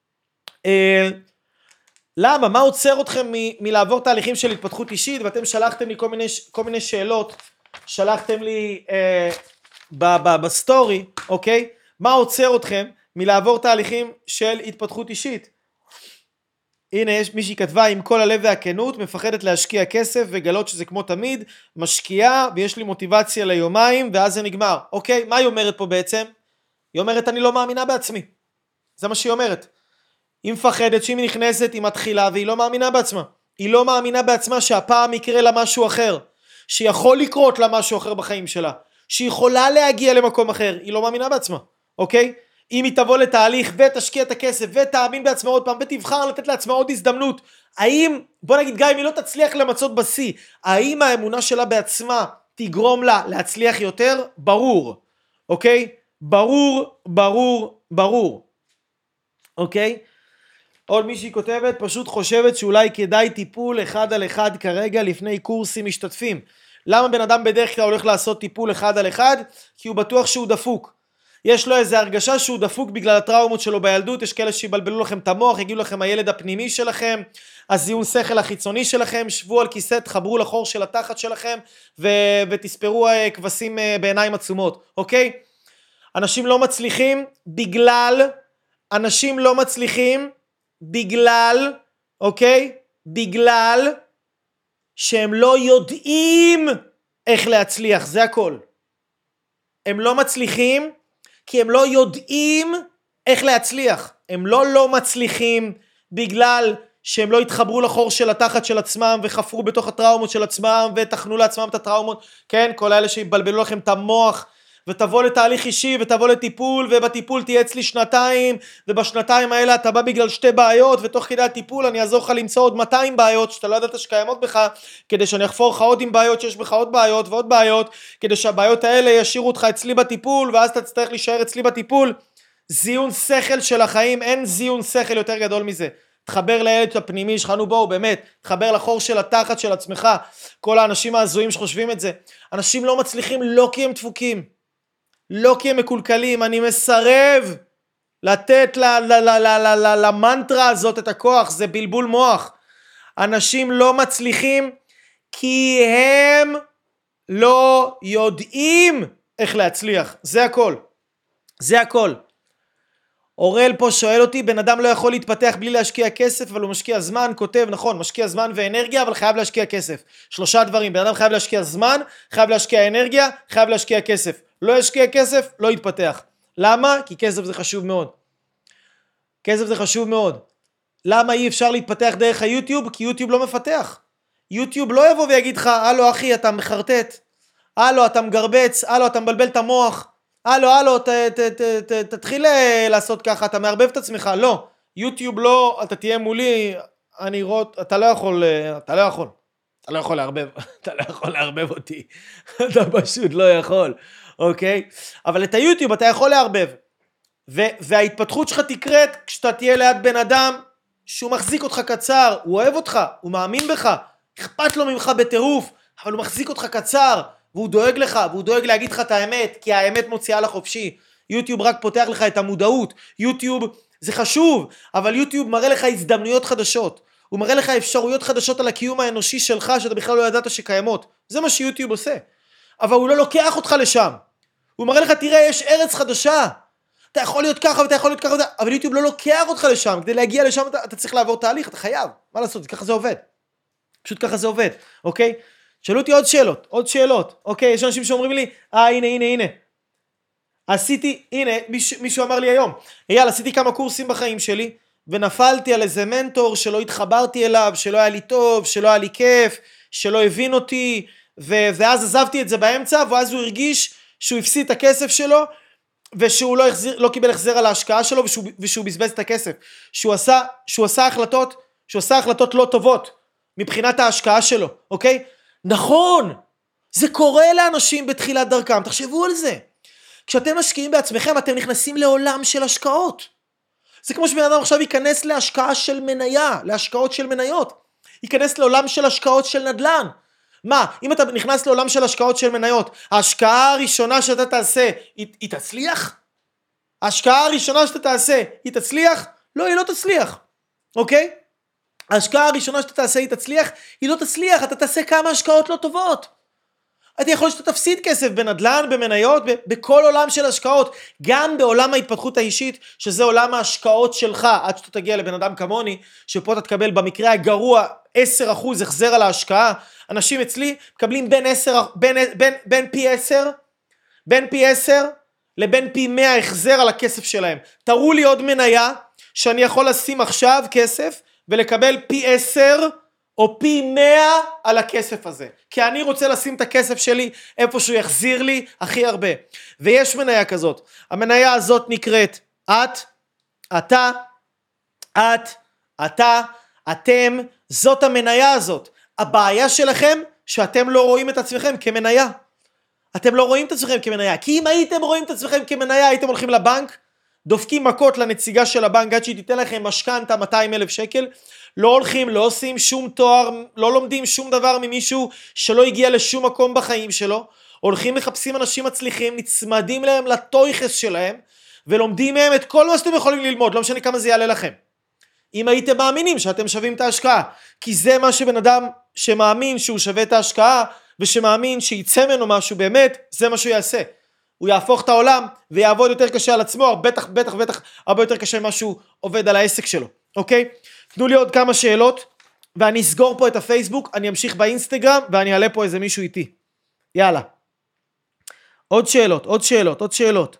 אה, למה? מה עוצר אתכם מ- מלעבור תהליכים של התפתחות אישית? ואתם שלחתם לי כל מיני, כל מיני שאלות, שלחתם לי אה, ב- ב- בסטורי, אוקיי? מה עוצר אתכם מלעבור תהליכים של התפתחות אישית? הנה יש מישהי כתבה, עם כל הלב והכנות, מפחדת להשקיע כסף וגלות שזה כמו תמיד, משקיעה ויש לי מוטיבציה ליומיים ואז זה נגמר. אוקיי, מה היא אומרת פה בעצם? היא אומרת אני לא מאמינה בעצמי, זה מה שהיא אומרת. היא מפחדת שאם היא נכנסת היא מתחילה והיא לא מאמינה בעצמה, היא לא מאמינה בעצמה שהפעם יקרה לה משהו אחר, שיכול לקרות לה משהו אחר בחיים שלה, שהיא יכולה להגיע למקום אחר, היא לא מאמינה בעצמה, אוקיי? אם היא תבוא לתהליך ותשקיע את הכסף ותאמין בעצמה עוד פעם ותבחר לתת לעצמה עוד הזדמנות, האם, בוא נגיד גם אם היא לא תצליח למצות בשיא, האם האמונה שלה בעצמה תגרום לה להצליח יותר? ברור, אוקיי? ברור, ברור, ברור, אוקיי? עוד מישהי כותבת, פשוט חושבת שאולי כדאי טיפול אחד על אחד כרגע לפני קורסים משתתפים. למה בן אדם בדרך כלל הולך לעשות טיפול אחד על אחד? כי הוא בטוח שהוא דפוק. יש לו איזו הרגשה שהוא דפוק בגלל הטראומות שלו בילדות, יש כאלה שיבלבלו לכם את המוח, יגידו לכם הילד הפנימי שלכם, הזיון שכל החיצוני שלכם, שבו על כיסא, תחברו לחור של התחת שלכם, ו- ותספרו כבשים בעיניים עצומות, אוקיי? אנשים לא מצליחים בגלל, אנשים לא מצליחים בגלל, אוקיי? בגלל שהם לא יודעים איך להצליח, זה הכל. הם לא מצליחים כי הם לא יודעים איך להצליח. הם לא לא מצליחים בגלל שהם לא התחברו לחור של התחת של עצמם וחפרו בתוך הטראומות של עצמם ותכנו לעצמם את הטראומות, כן? כל האלה שיבלבלו לכם את המוח, ותבוא לתהליך אישי ותבוא לטיפול, ובטיפול תהיה אצלי שנתיים, ובשנתיים האלה אתה בא בגלל שתי בעיות, ותוך כדי הטיפול אני אעזור לך למצוא עוד מאתיים בעיות שאתה לא ידעת שקיימות בך, כדי שאני אחפור לך עוד עם בעיות שיש בך עוד בעיות ועוד בעיות, כדי שהבעיות האלה ישאירו אותך אצלי בטיפול, ואז אתה תצטרך להישאר אצלי בטיפול. זיון שכל של החיים, אין זיון שכל יותר גדול מזה. תחבר לילד הפנימי שלך, נו בואו באמת, תחבר לחור של התחת של עצמך. כל האנשים ההזויים שחושבים את זה, אנשים לא מצליחים לא כי הם דפוקים, לא כי הם מקולקלים. אני מסרב לתת למנטרה הזאת את הכוח, זה בלבול מוח. אנשים לא מצליחים כי הם לא יודעים איך להצליח, זה הכל, זה הכל. אורל פה שואל אותי, בן אדם לא יכול להתפתח בלי להשקיע כסף, אבל הוא משקיע זמן, כותב, נכון, משקיע זמן ואנרגיה, אבל חייב להשקיע כסף. שלושה דברים, בן אדם חייב להשקיע זמן, חייב להשקיע אנרגיה, חייב להשקיע כסף. לא ישקיע כסף, לא יתפתח. למה? כי כסף זה חשוב מאוד. כסף זה חשוב מאוד. למה אי אפשר להתפתח דרך היוטיוב? כי יוטיוב לא מפתח. יוטיוב לא יבוא ויגיד לך, הלו אחי, אתה מחרטט, הלו, אתה מגרבץ, הלו, אתה מבלבל את המוח, הלו, הלו, ת, ת, ת, ת, תתחיל לעשות ככה, אתה מערבב את עצמך. לא, יוטיוב לא, אתה תהיה מולי, אני רואה, אתה לא יכול, אתה לא יכול, אתה לא יכול לערבב, אתה לא יכול לערבב אותי, אתה פשוט לא יכול, אוקיי? אבל את היוטיוב אתה יכול לערבב, ו- וההתפתחות שלך תקראת כשאתה תהיה ליד בן אדם שהוא מחזיק אותך קצר, הוא אוהב אותך, הוא מאמין בך, אכפת לו ממך בטירוף, אבל הוא מחזיק אותך קצר, והוא דואג לך, והוא דואג להגיד לך את האמת, כי האמת מוציאה לחופשי. יוטיוב רק פותח לך את המודעות, יוטיוב זה חשוב, אבל יוטיוב מראה לך הזדמנויות חדשות, הוא מראה לך אפשרויות חדשות על הקיום האנושי שלך, שאתה בכלל לא ידעת שקיימות, זה מה שיוטיוב עושה, אבל הוא לא לוקח אותך לשם, הוא מראה לך, תראה, יש ארץ חדשה, אתה יכול להיות ככה ואתה יכול להיות ככה, אבל יוטיוב לא לוקח אותך לשם, כדי להגיע לשם אתה, אתה צריך לעבור תהליך, אתה חייב, מה לעשות, ככה זה עובד, פשוט ככה זה עובד, אוקיי? שאלו אותי עוד שאלות, עוד שאלות, אוקיי, יש אנשים שאומרים לי, אה, הנה, הנה, הנה, עשיתי, הנה, מישהו, מישהו אמר לי היום, אייל, עשיתי כמה קורסים בחיים שלי, ונפלתי על איזה מנטור שלא התחברתי אליו, שלא היה לי טוב, שלא היה לי כיף, שלא הבין אותי, ו- ואז עזבתי את זה באמצע, ואז הוא הרגיש שהוא הפסיד את הכסף שלו, ושהוא לא, החזיר, לא קיבל החזר על ההשקעה שלו, ושהוא, ושהוא בזבז את הכסף, שהוא עשה, שהוא עשה החלטות, שהוא עשה החלטות לא טובות, מבחינת ההשקעה שלו, אוקיי? נכון, זה קורה לאנשים בתחילת דרכם, תחשבו על זה. כשאתם משקיעים בעצמכם, אתם נכנסים לעולם של השקעות. זה כמו שבן אדם עכשיו ייכנס להשקעה של מניה, להשקעות של מניות, ייכנס לעולם של השקעות של נדל"ן. מה, אם אתה נכנס לעולם של השקעות של מניות, ההשקעה הראשונה שאתה תעשה, היא, היא תצליח? ההשקעה הראשונה שאתה תעשה, היא תצליח? לא, היא לא תצליח, אוקיי? ההשקעה הראשונה שאתה תעשה, היא תצליח? היא לא תצליח, אתה תעשה כמה השקעות לא טובות. אתה יכול שאתה תפסיד כסף בנדל"ן, במניות, בכל עולם של השקעות, גם בעולם ההתפתחות האישית, שזה עולם ההשקעות שלך, עד שאתה תגיע לבן אדם כמוני, שפה אתה תקבל במקרה הגרוע עשרה אחוז החזר על ההשקעה. אנשים אצלי מקבלים בין, עשר, בין, בין, בין פי עשר, בין פי עשר לבין פי מאה החזר על הכסף שלהם. תראו לי עוד מניה שאני יכול לשים עכשיו כסף ולקבל פי עשר או פי מאה על הכסף הזה. כי אני רוצה לשים את הכסף שלי איפה שהוא יחזיר לי הכי הרבה. ויש מניה כזאת. המניה הזאת נקראת את, אתה, את, אתה, אתם, זאת המניה הזאת. הבעיה שלכם שאתם לא רואים את עצמכם כמניה. אתם לא רואים את עצמכם כמניה. כי אם הייתם רואים את עצמכם כמניה, הייתם הולכים לבנק, דופקים מכות לנציגה של הבנק עד שהיא תיתן לכם משכנתה מאתיים אלף שקל, לא הולכים, לא עושים שום תואר, לא לומדים שום דבר ממישהו שלא הגיע לשום מקום בחיים שלו, הולכים מחפשים אנשים מצליחים, נצמדים להם לטויחס שלהם, ולומדים מהם את כל מה שאתם יכולים ללמוד, לא משנה כמה זה יעלה לכם. אם הייתם מאמינים שאתם שווים את ההשקעה, כי זה מה שבן אדם שמאמין שהוא שווה את ההשקעה, ושמאמין שיצא ממנו משהו באמת, זה מה שהוא יעשה. הוא יהפוך את העולם ויעבוד יותר קשה על עצמו, בטח, בטח, בטח, הרבה יותר קשה ממה שהוא עובד על העסק שלו, אוקיי? תנו לי עוד כמה שאלות, ואני אסגור פה את הפייסבוק, אני אמשיך באינסטגרם, ואני אעלה פה איזה מישהו איתי. יאללה. עוד שאלות, עוד שאלות, עוד שאלות.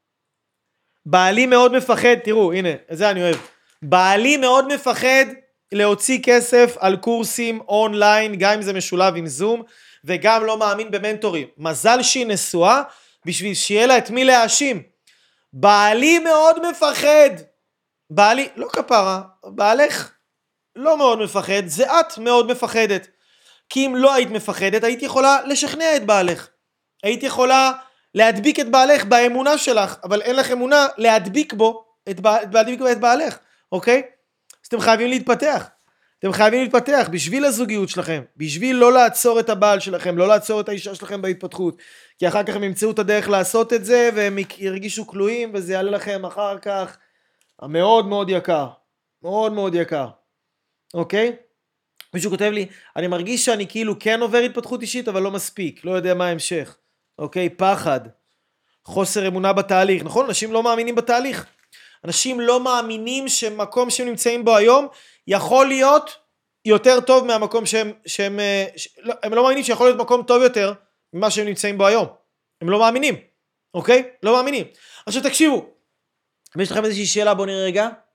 בעלי מאוד מפחד, תראו, הנה, זה אני אוהב. בעלי מאוד מפחד להוציא כסף על קורסים אונליין, גם אם זה משולב עם זום, וגם לא מאמין במנטורים. מזל שהיא נשואה, בשביל שיהיה לה את מי להאשים. בעלי מאוד מפחד. בעלי, לא כפרה, בעלך לא מאוד מפחד, זה את מאוד מפחדת. כי אם לא היית מפחדת, היית יכולה לשכנע את בעלך. היית יכולה להדביק את בעלך באמונה שלך, אבל אין לך אמונה להדביק בו, את, להדביק בו את בעלך, אוקיי? אז אתם חייבים להתפתח. אתם חייבים להתפתח בשביל הזוגיות שלכם, בשביל לא לעצור את הבעל שלכם, לא לעצור את האישה שלכם בהתפתחות, כי אחר כך הם ימצאו את הדרך לעשות את זה, והם ירגישו כלואים, וזה יעלה לכם אחר כך מאוד מאוד יקר, מאוד מאוד יקר, אוקיי? מישהו כותב לי, אני מרגיש שאני כאילו כן עובר התפתחות אישית, אבל לא מספיק, לא יודע מה ההמשך, אוקיי? פחד, חוסר אמונה בתהליך, נכון? אנשים לא מאמינים בתהליך, אנשים לא מאמינים שמקום שהם נמצאים בו היום, יכול להיות יותר טוב מהמקום שהם, שהם, ש, לא, הם לא מאמינים שיכול להיות מקום טוב יותר ממה שהם נמצאים בו היום. הם לא מאמינים, אוקיי? לא מאמינים. עכשיו תקשיבו, יש לכם איזושהי שאלה, בואו נראה רגע.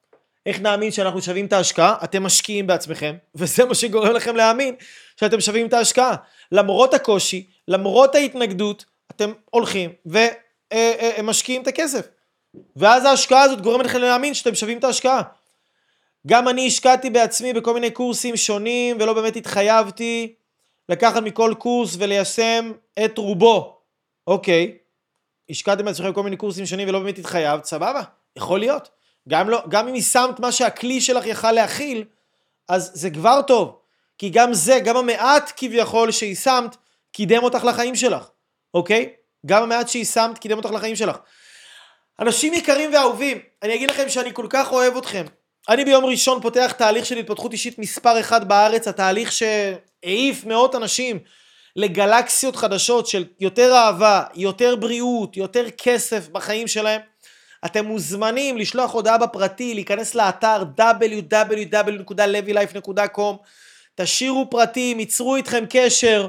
איך נאמין שאנחנו שווים את ההשקעה? אתם משקיעים בעצמכם, וזה מה שגורם לכם להאמין שאתם שווים את ההשקעה. למרות הקושי, למרות ההתנגדות, אתם הולכים ומשקיעים את הכסף. ואז ההשקעה הזאת גורמת לכם להאמין שאתם שווים את ההשקעה. גם אני השקעתי בעצמי בכל מיני קורסים שונים, ולא באמת התחייבתי לקחת מכל קורס וליישם את רובו. אוקיי, השקעתם בעצמכם בכל מיני קורסים שונים ולא באמת התחייבת, סבבה, יכול להיות. גם, לא, גם אם שמת מה שהכלי שלך יכל להכיל, אז זה כבר טוב. כי גם זה, גם המעט כביכול שיישמת, קידם אותך לחיים שלך. אוקיי? גם המעט שיישמת, קידם אותך לחיים שלך. אנשים יקרים ואהובים, אני אגיד לכם שאני כל כך אוהב אתכם. אני ביום ראשון פותח תהליך של התפתחות אישית מספר אחד בארץ, התהליך שהעיף מאות אנשים לגלקסיות חדשות של יותר אהבה, יותר בריאות, יותר כסף בחיים שלהם. אתם מוזמנים לשלוח הודעה בפרטי, להיכנס לאתר דאבליו דאבליו דאבליו נקודה לוי לייף נקודה קום, תשאירו פרטים, ייצרו איתכם קשר,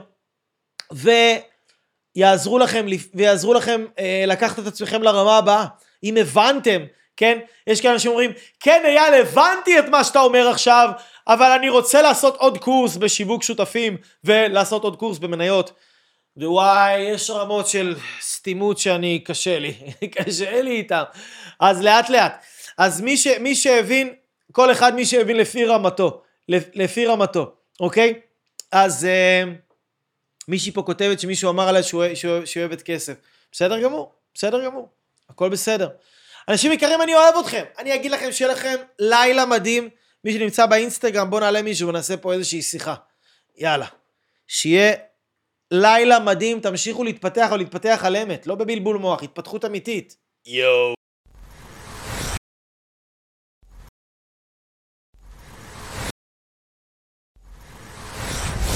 ויעזרו לכם, ויעזרו לכם אה, לקחת את עצמכם לרמה הבאה. אם הבנתם, כן? יש כאלה אנשים אומרים, כן אייל, הבנתי את מה שאתה אומר עכשיו, אבל אני רוצה לעשות עוד קורס בשיווק שותפים, ולעשות עוד קורס במניות. ווואי, יש רמות של סתימות שאני, קשה לי, קשה לי איתם. אז לאט לאט. אז מי, ש, מי שהבין, כל אחד מי שהבין לפי רמתו, לפי רמתו, אוקיי? אז uh, מישהי פה כותבת שמישהו אמר עליה שהוא, שהוא, שהוא אוהבת כסף. בסדר גמור, בסדר גמור, הכל בסדר. אנשים יקרים, אני אוהב אתכם. אני אגיד לכם שיהיה לכם לילה מדהים. מי שנמצא באינסטגרם, בוא נעלה מישהו ונעשה פה איזושהי שיחה. יאללה. שיהיה לילה מדהים, תמשיכו להתפתח או להתפתח על אמת, לא בבלבול מוח, התפתחות אמיתית. יואו.